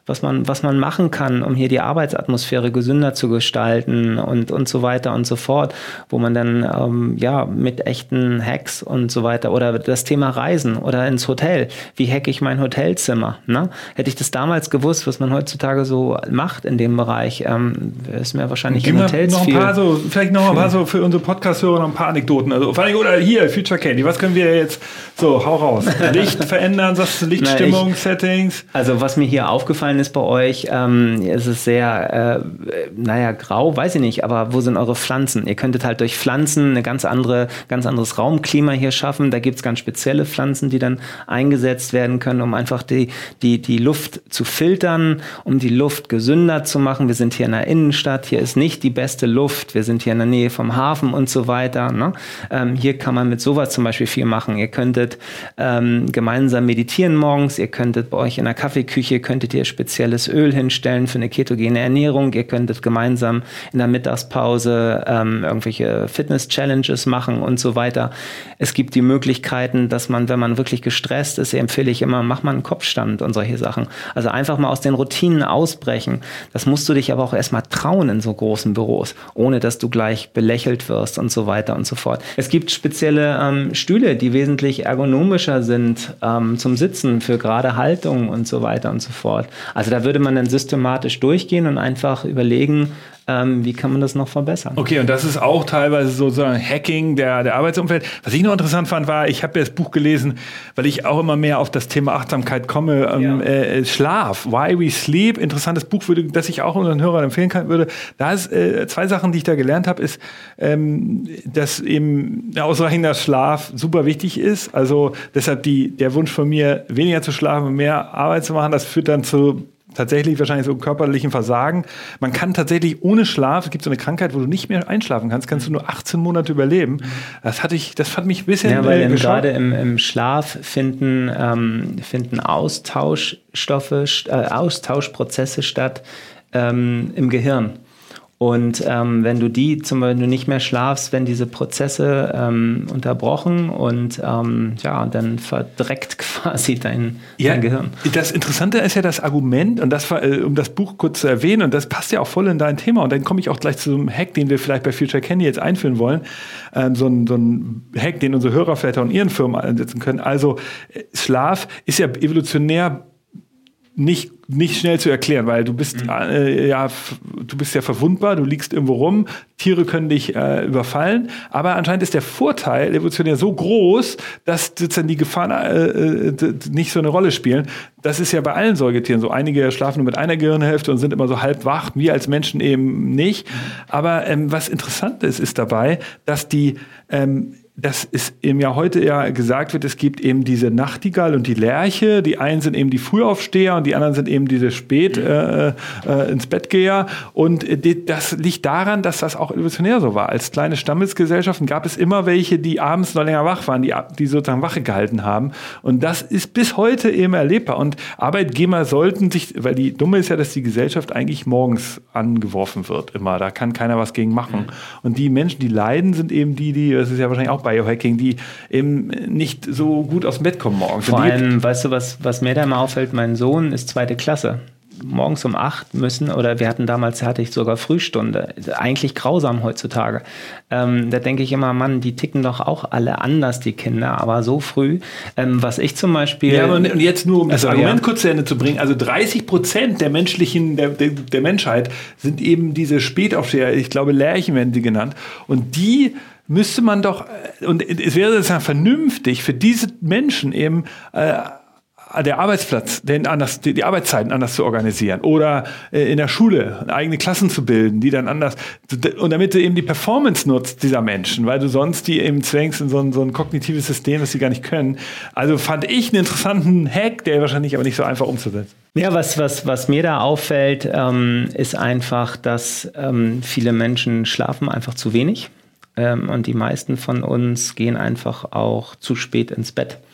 was man, was man machen kann, um hier die Arbeitsatmosphäre gesünder zu gestalten und, und so weiter und so fort, wo man dann ähm, ja mit echten Hacks und so weiter oder das Thema Reisen oder ins Hotel. Wie hacke ich mein Hotelzimmer? Ne? Hätte ich das damals gewusst, was man heutzutage so macht in dem Bereich, ähm, wäre es mir wahrscheinlich in Hotels noch ein viel... Paar so, vielleicht noch ein paar so für unsere Podcast-Hörer noch ein paar Anekdoten. Also, vor allem, oder hier, Future Candy, was können wir jetzt so, hau raus. Licht verändern, sagst du, Lichtstimmung, Na, ich, Settings? Also was mir hier aufgefallen ist bei euch, ähm, ist es sehr, äh, naja, grau, weiß ich nicht, aber wo sind eure Pflanzen? Ihr könntet halt durch Pflanzen eine ganz andere, ganz anderes Raumklima hier schaffen. Da gibt es ganz spezielle Pflanzen, die dann eingesetzt werden können, um einfach die, die, die Luft zu filtern, um die Luft gesünder zu machen. Wir sind hier in der Innenstadt, hier ist nicht die beste Luft, wir sind hier in der Nähe vom Hafen und so weiter. Ne? Ähm, hier kann man mit sowas zum Beispiel viel machen. Ihr könntet ähm, gemeinsam meditieren morgens, ihr könntet bei euch in der Kaffeeküche, könntet ihr spezielles Öl hinstellen für eine ketogene Ernährung, ihr könntet gemeinsam in der Mittagspause ähm, irgendwelche Fitness-Challenges machen und so weiter. Es gibt die Möglichkeiten, dass man, wenn man wirklich gestresst ist, empfehle ich immer, mach mal einen Kopfstand und solche Sachen. Also einfach mal aus den Routinen ausbrechen. Das musst du dich aber auch erstmal trauen in so großen Büros, ohne dass du gleich belächelt wirst und so weiter und so fort. Es gibt spezielle ähm, Stühle, die wesentlich ergonomischer sind ähm, zum Sitzen für gerade Haltung und so weiter und so fort. Also da würde man dann systematisch durchgehen und einfach überlegen, Ähm, wie kann man das noch verbessern? Okay, und das ist auch teilweise sozusagen Hacking der, der Arbeitsumfeld. Was ich noch interessant fand, war, ich habe ja das Buch gelesen, weil ich auch immer mehr auf das Thema Achtsamkeit komme. Ähm, ja. äh, Schlaf, Why We Sleep, interessantes Buch, würde, das ich auch unseren Hörern empfehlen kann, würde. Da ist äh, zwei Sachen, die ich da gelernt habe, ist, ähm, dass eben ausreichender Schlaf super wichtig ist. Also deshalb die, der Wunsch von mir, weniger zu schlafen und mehr Arbeit zu machen, das führt dann zu tatsächlich wahrscheinlich so körperlichen Versagen. Man kann tatsächlich ohne Schlaf, es gibt so eine Krankheit, wo du nicht mehr einschlafen kannst, kannst du nur achtzehn Monate überleben. Das hatte ich, das fand mich ein bisschen Ja, weil äh, gerade im, im Schlaf finden, ähm, finden Austauschstoffe, äh, Austauschprozesse statt ähm, im Gehirn. Und ähm, wenn du die, zum Beispiel, wenn du nicht mehr schlafst, werden diese Prozesse ähm, unterbrochen und ähm, ja, dann verdreckt quasi dein, ja, dein Gehirn. Das Interessante ist ja das Argument, und das war, äh, um das Buch kurz zu erwähnen, und das passt ja auch voll in dein Thema, und dann komme ich auch gleich zu einem Hack, den wir vielleicht bei Future Candy jetzt einführen wollen, ähm, so, ein, so ein Hack, den unsere Hörer vielleicht auch in ihren Firmen einsetzen können. Also äh, Schlaf ist ja evolutionär nicht, nicht schnell zu erklären, weil du bist, mhm. äh, ja, du bist ja verwundbar, du liegst irgendwo rum, Tiere können dich äh, überfallen, aber anscheinend ist der Vorteil evolutionär so groß, dass sozusagen die Gefahren äh, nicht so eine Rolle spielen. Das ist ja bei allen Säugetieren so. Einige schlafen nur mit einer Gehirnhälfte und sind immer so halb wach, wir als Menschen eben nicht. Aber ähm, was interessant ist, ist dabei, dass die ähm, dass es eben ja heute ja gesagt wird, es gibt eben diese Nachtigall und die Lerche. Die einen sind eben die Frühaufsteher und die anderen sind eben diese spät äh, äh, ins Bettgeher. Und äh, das liegt daran, dass das auch evolutionär so war. Als kleine Stammesgesellschaften gab es immer welche, die abends noch länger wach waren, die, die sozusagen Wache gehalten haben. Und das ist bis heute eben erlebbar. Und Arbeitgeber sollten sich, weil die Dumme ist ja, dass die Gesellschaft eigentlich morgens angeworfen wird immer. Da kann keiner was gegen machen. Mhm. Und die Menschen, die leiden, sind eben die, die, das ist ja wahrscheinlich auch Biohacking, die eben nicht so gut aus dem Bett kommen morgens. Vor allem, weißt du, was, was mir da immer auffällt, mein Sohn ist zweite Klasse. Morgens um acht müssen, oder wir hatten damals, hatte ich sogar Frühstunde. Eigentlich grausam heutzutage. Ähm, da denke ich immer, Mann, die ticken doch auch alle anders, die Kinder, aber so früh. Ähm, was ich zum Beispiel... Ja, und jetzt nur, um das also, Argument ja. kurz zu Ende zu bringen, also dreißig Prozent der menschlichen, der, der, der Menschheit sind eben diese Spätaufsteher, ich glaube Lerchen werden sie genannt, und die müsste man doch, und es wäre das ja vernünftig für diese Menschen eben äh, der Arbeitsplatz, den anders, die, die Arbeitszeiten anders zu organisieren oder äh, in der Schule eigene Klassen zu bilden, die dann anders, und damit du eben die Performance nutzt dieser Menschen, weil du sonst die eben zwängst in so ein, so ein kognitives System, das sie gar nicht können. Also fand ich einen interessanten Hack, der wahrscheinlich aber nicht so einfach umzusetzen. Ja, was, was, was mir da auffällt, ähm, ist einfach, dass ähm, viele Menschen schlafen einfach zu wenig. Und die meisten von uns gehen einfach auch zu spät ins Bett.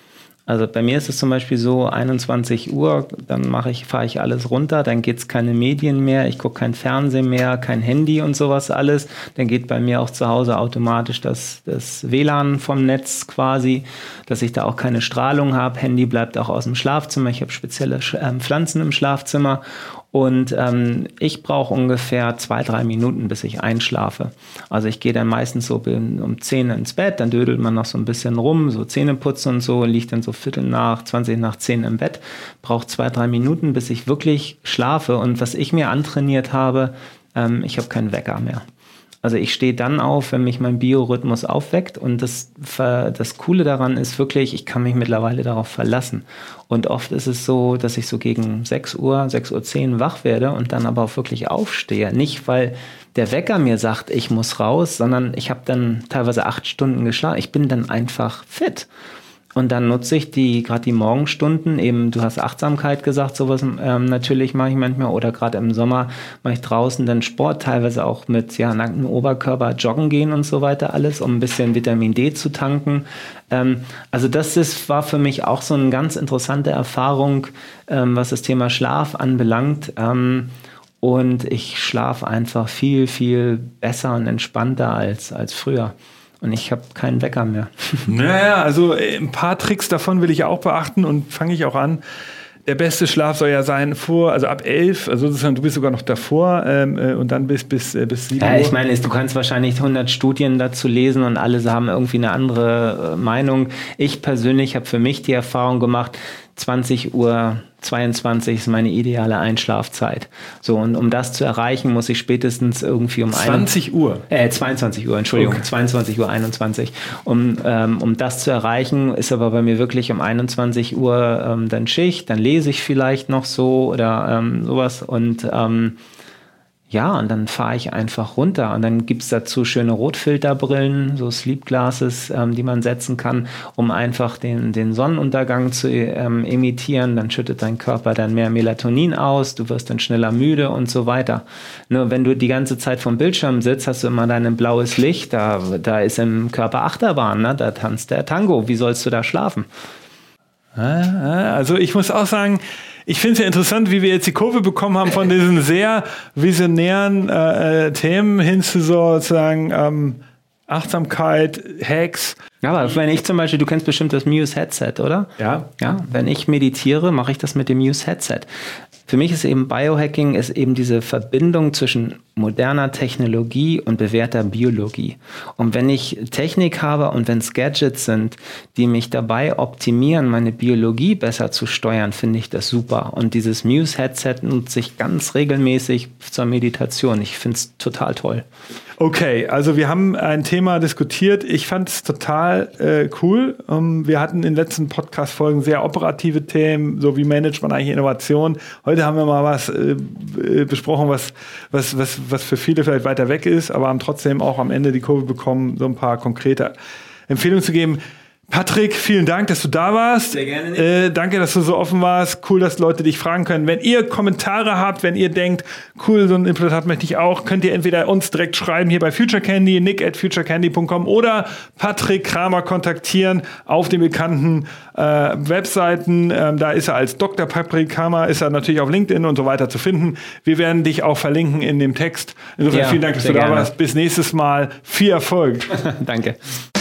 Also bei mir ist es zum Beispiel so, einundzwanzig Uhr, dann mache ich, fahre ich alles runter, dann geht es keine Medien mehr, ich gucke kein Fernsehen mehr, kein Handy und sowas alles. Dann geht bei mir auch zu Hause automatisch das, das W L A N vom Netz quasi, dass ich da auch keine Strahlung habe. Handy bleibt auch aus dem Schlafzimmer, ich habe spezielle äh, Pflanzen im Schlafzimmer. Und ähm, ich brauche ungefähr zwei, drei Minuten, bis ich einschlafe. Also ich gehe dann meistens so um zehn ins Bett, dann dödelt man noch so ein bisschen rum, so Zähne putzen und so, liegt dann so Viertel nach, zwanzig nach zehn im Bett, brauche zwei, drei Minuten, bis ich wirklich schlafe. Und was ich mir antrainiert habe, ähm, ich habe keinen Wecker mehr. Also ich stehe dann auf, wenn mich mein Biorhythmus aufweckt, und das, das Coole daran ist wirklich, ich kann mich mittlerweile darauf verlassen. Und oft ist es so, dass ich so gegen sechs Uhr, sechs Uhr zehn wach werde und dann aber auch wirklich aufstehe. Nicht, weil der Wecker mir sagt, ich muss raus, sondern ich habe dann teilweise acht Stunden geschlafen. Ich bin dann einfach fit. Und dann nutze ich die, gerade die Morgenstunden, eben, du hast Achtsamkeit gesagt, sowas ähm, natürlich mache ich manchmal, oder gerade im Sommer mache ich draußen dann Sport, teilweise auch mit ja, nacktem Oberkörper joggen gehen und so weiter alles, um ein bisschen Vitamin D zu tanken. Ähm, also das ist, war für mich auch so eine ganz interessante Erfahrung, ähm, was das Thema Schlaf anbelangt. Ähm, und ich schlafe einfach viel, viel besser und entspannter als, als früher. Und ich habe keinen Wecker mehr. Naja, also ein paar Tricks davon will ich auch beachten, und fange ich auch an. Der beste Schlaf soll ja sein vor, also ab elf, also sozusagen, du bist sogar noch davor ähm, und dann bis, bis, bis sieben Uhr. Ja, ich meine, du kannst wahrscheinlich hundert Studien dazu lesen und alle haben irgendwie eine andere äh, Meinung. Ich persönlich habe für mich die Erfahrung gemacht, zwanzig Uhr zweiundzwanzig ist meine ideale Einschlafzeit. So, und um das zu erreichen, muss ich spätestens irgendwie um zwanzig Uhr? Äh, zweiundzwanzig Uhr, Entschuldigung, okay. zweiundzwanzig Uhr einundzwanzig. Um, ähm, um das zu erreichen, ist aber bei mir wirklich um einundzwanzig Uhr ähm, dann Schicht, dann lese ich vielleicht noch so oder ähm, sowas, und ähm, ja, und dann fahre ich einfach runter, und dann gibt's dazu schöne Rotfilterbrillen, so Sleep Glasses, ähm, die man setzen kann, um einfach den, den Sonnenuntergang zu ähm, imitieren. Dann schüttet dein Körper dann mehr Melatonin aus, du wirst dann schneller müde und so weiter. Nur wenn du die ganze Zeit vom Bildschirm sitzt, hast du immer dein blaues Licht, da, da ist im Körper Achterbahn, ne? Da tanzt der Tango, wie sollst du da schlafen? Also ich muss auch sagen, ich finde es ja interessant, wie wir jetzt die Kurve bekommen haben von diesen sehr visionären äh, Themen hin zu sozusagen ähm, Achtsamkeit, Hacks. Ja, aber wenn ich zum Beispiel, du kennst bestimmt das Muse Headset, oder? Ja. Ja, wenn ich meditiere, mache ich das mit dem Muse Headset. Für mich ist eben Biohacking ist eben diese Verbindung zwischen moderner Technologie und bewährter Biologie. Und wenn ich Technik habe und wenn es Gadgets sind, die mich dabei optimieren, meine Biologie besser zu steuern, finde ich das super. Und dieses Muse Headset nutze ich ganz regelmäßig zur Meditation. Ich finde es total toll. Okay, also wir haben ein Thema diskutiert. Ich fand es total äh, cool. Um, wir hatten in den letzten Podcast-Folgen sehr operative Themen, so wie managt man eigentlich Innovation. Heute haben wir mal was äh, besprochen, was, was, was, was für viele vielleicht weiter weg ist, aber haben trotzdem auch am Ende die Kurve bekommen, so ein paar konkrete Empfehlungen zu geben. Patrick, vielen Dank, dass du da warst. Sehr gerne. Äh, danke, dass du so offen warst. Cool, dass Leute dich fragen können. Wenn ihr Kommentare habt, wenn ihr denkt, cool, so ein Implantat möchte ich auch, könnt ihr entweder uns direkt schreiben hier bei Future Candy, nick at futurecandy punkt com, oder Patrick Kramer kontaktieren auf den bekannten äh, Webseiten. Ähm, da ist er als Doktor Patrick Kramer, ist er natürlich auf LinkedIn und so weiter zu finden. Wir werden dich auch verlinken in dem Text. Insofern ja, vielen Dank, dass du gerne da warst. Bis nächstes Mal. Viel Erfolg. Danke.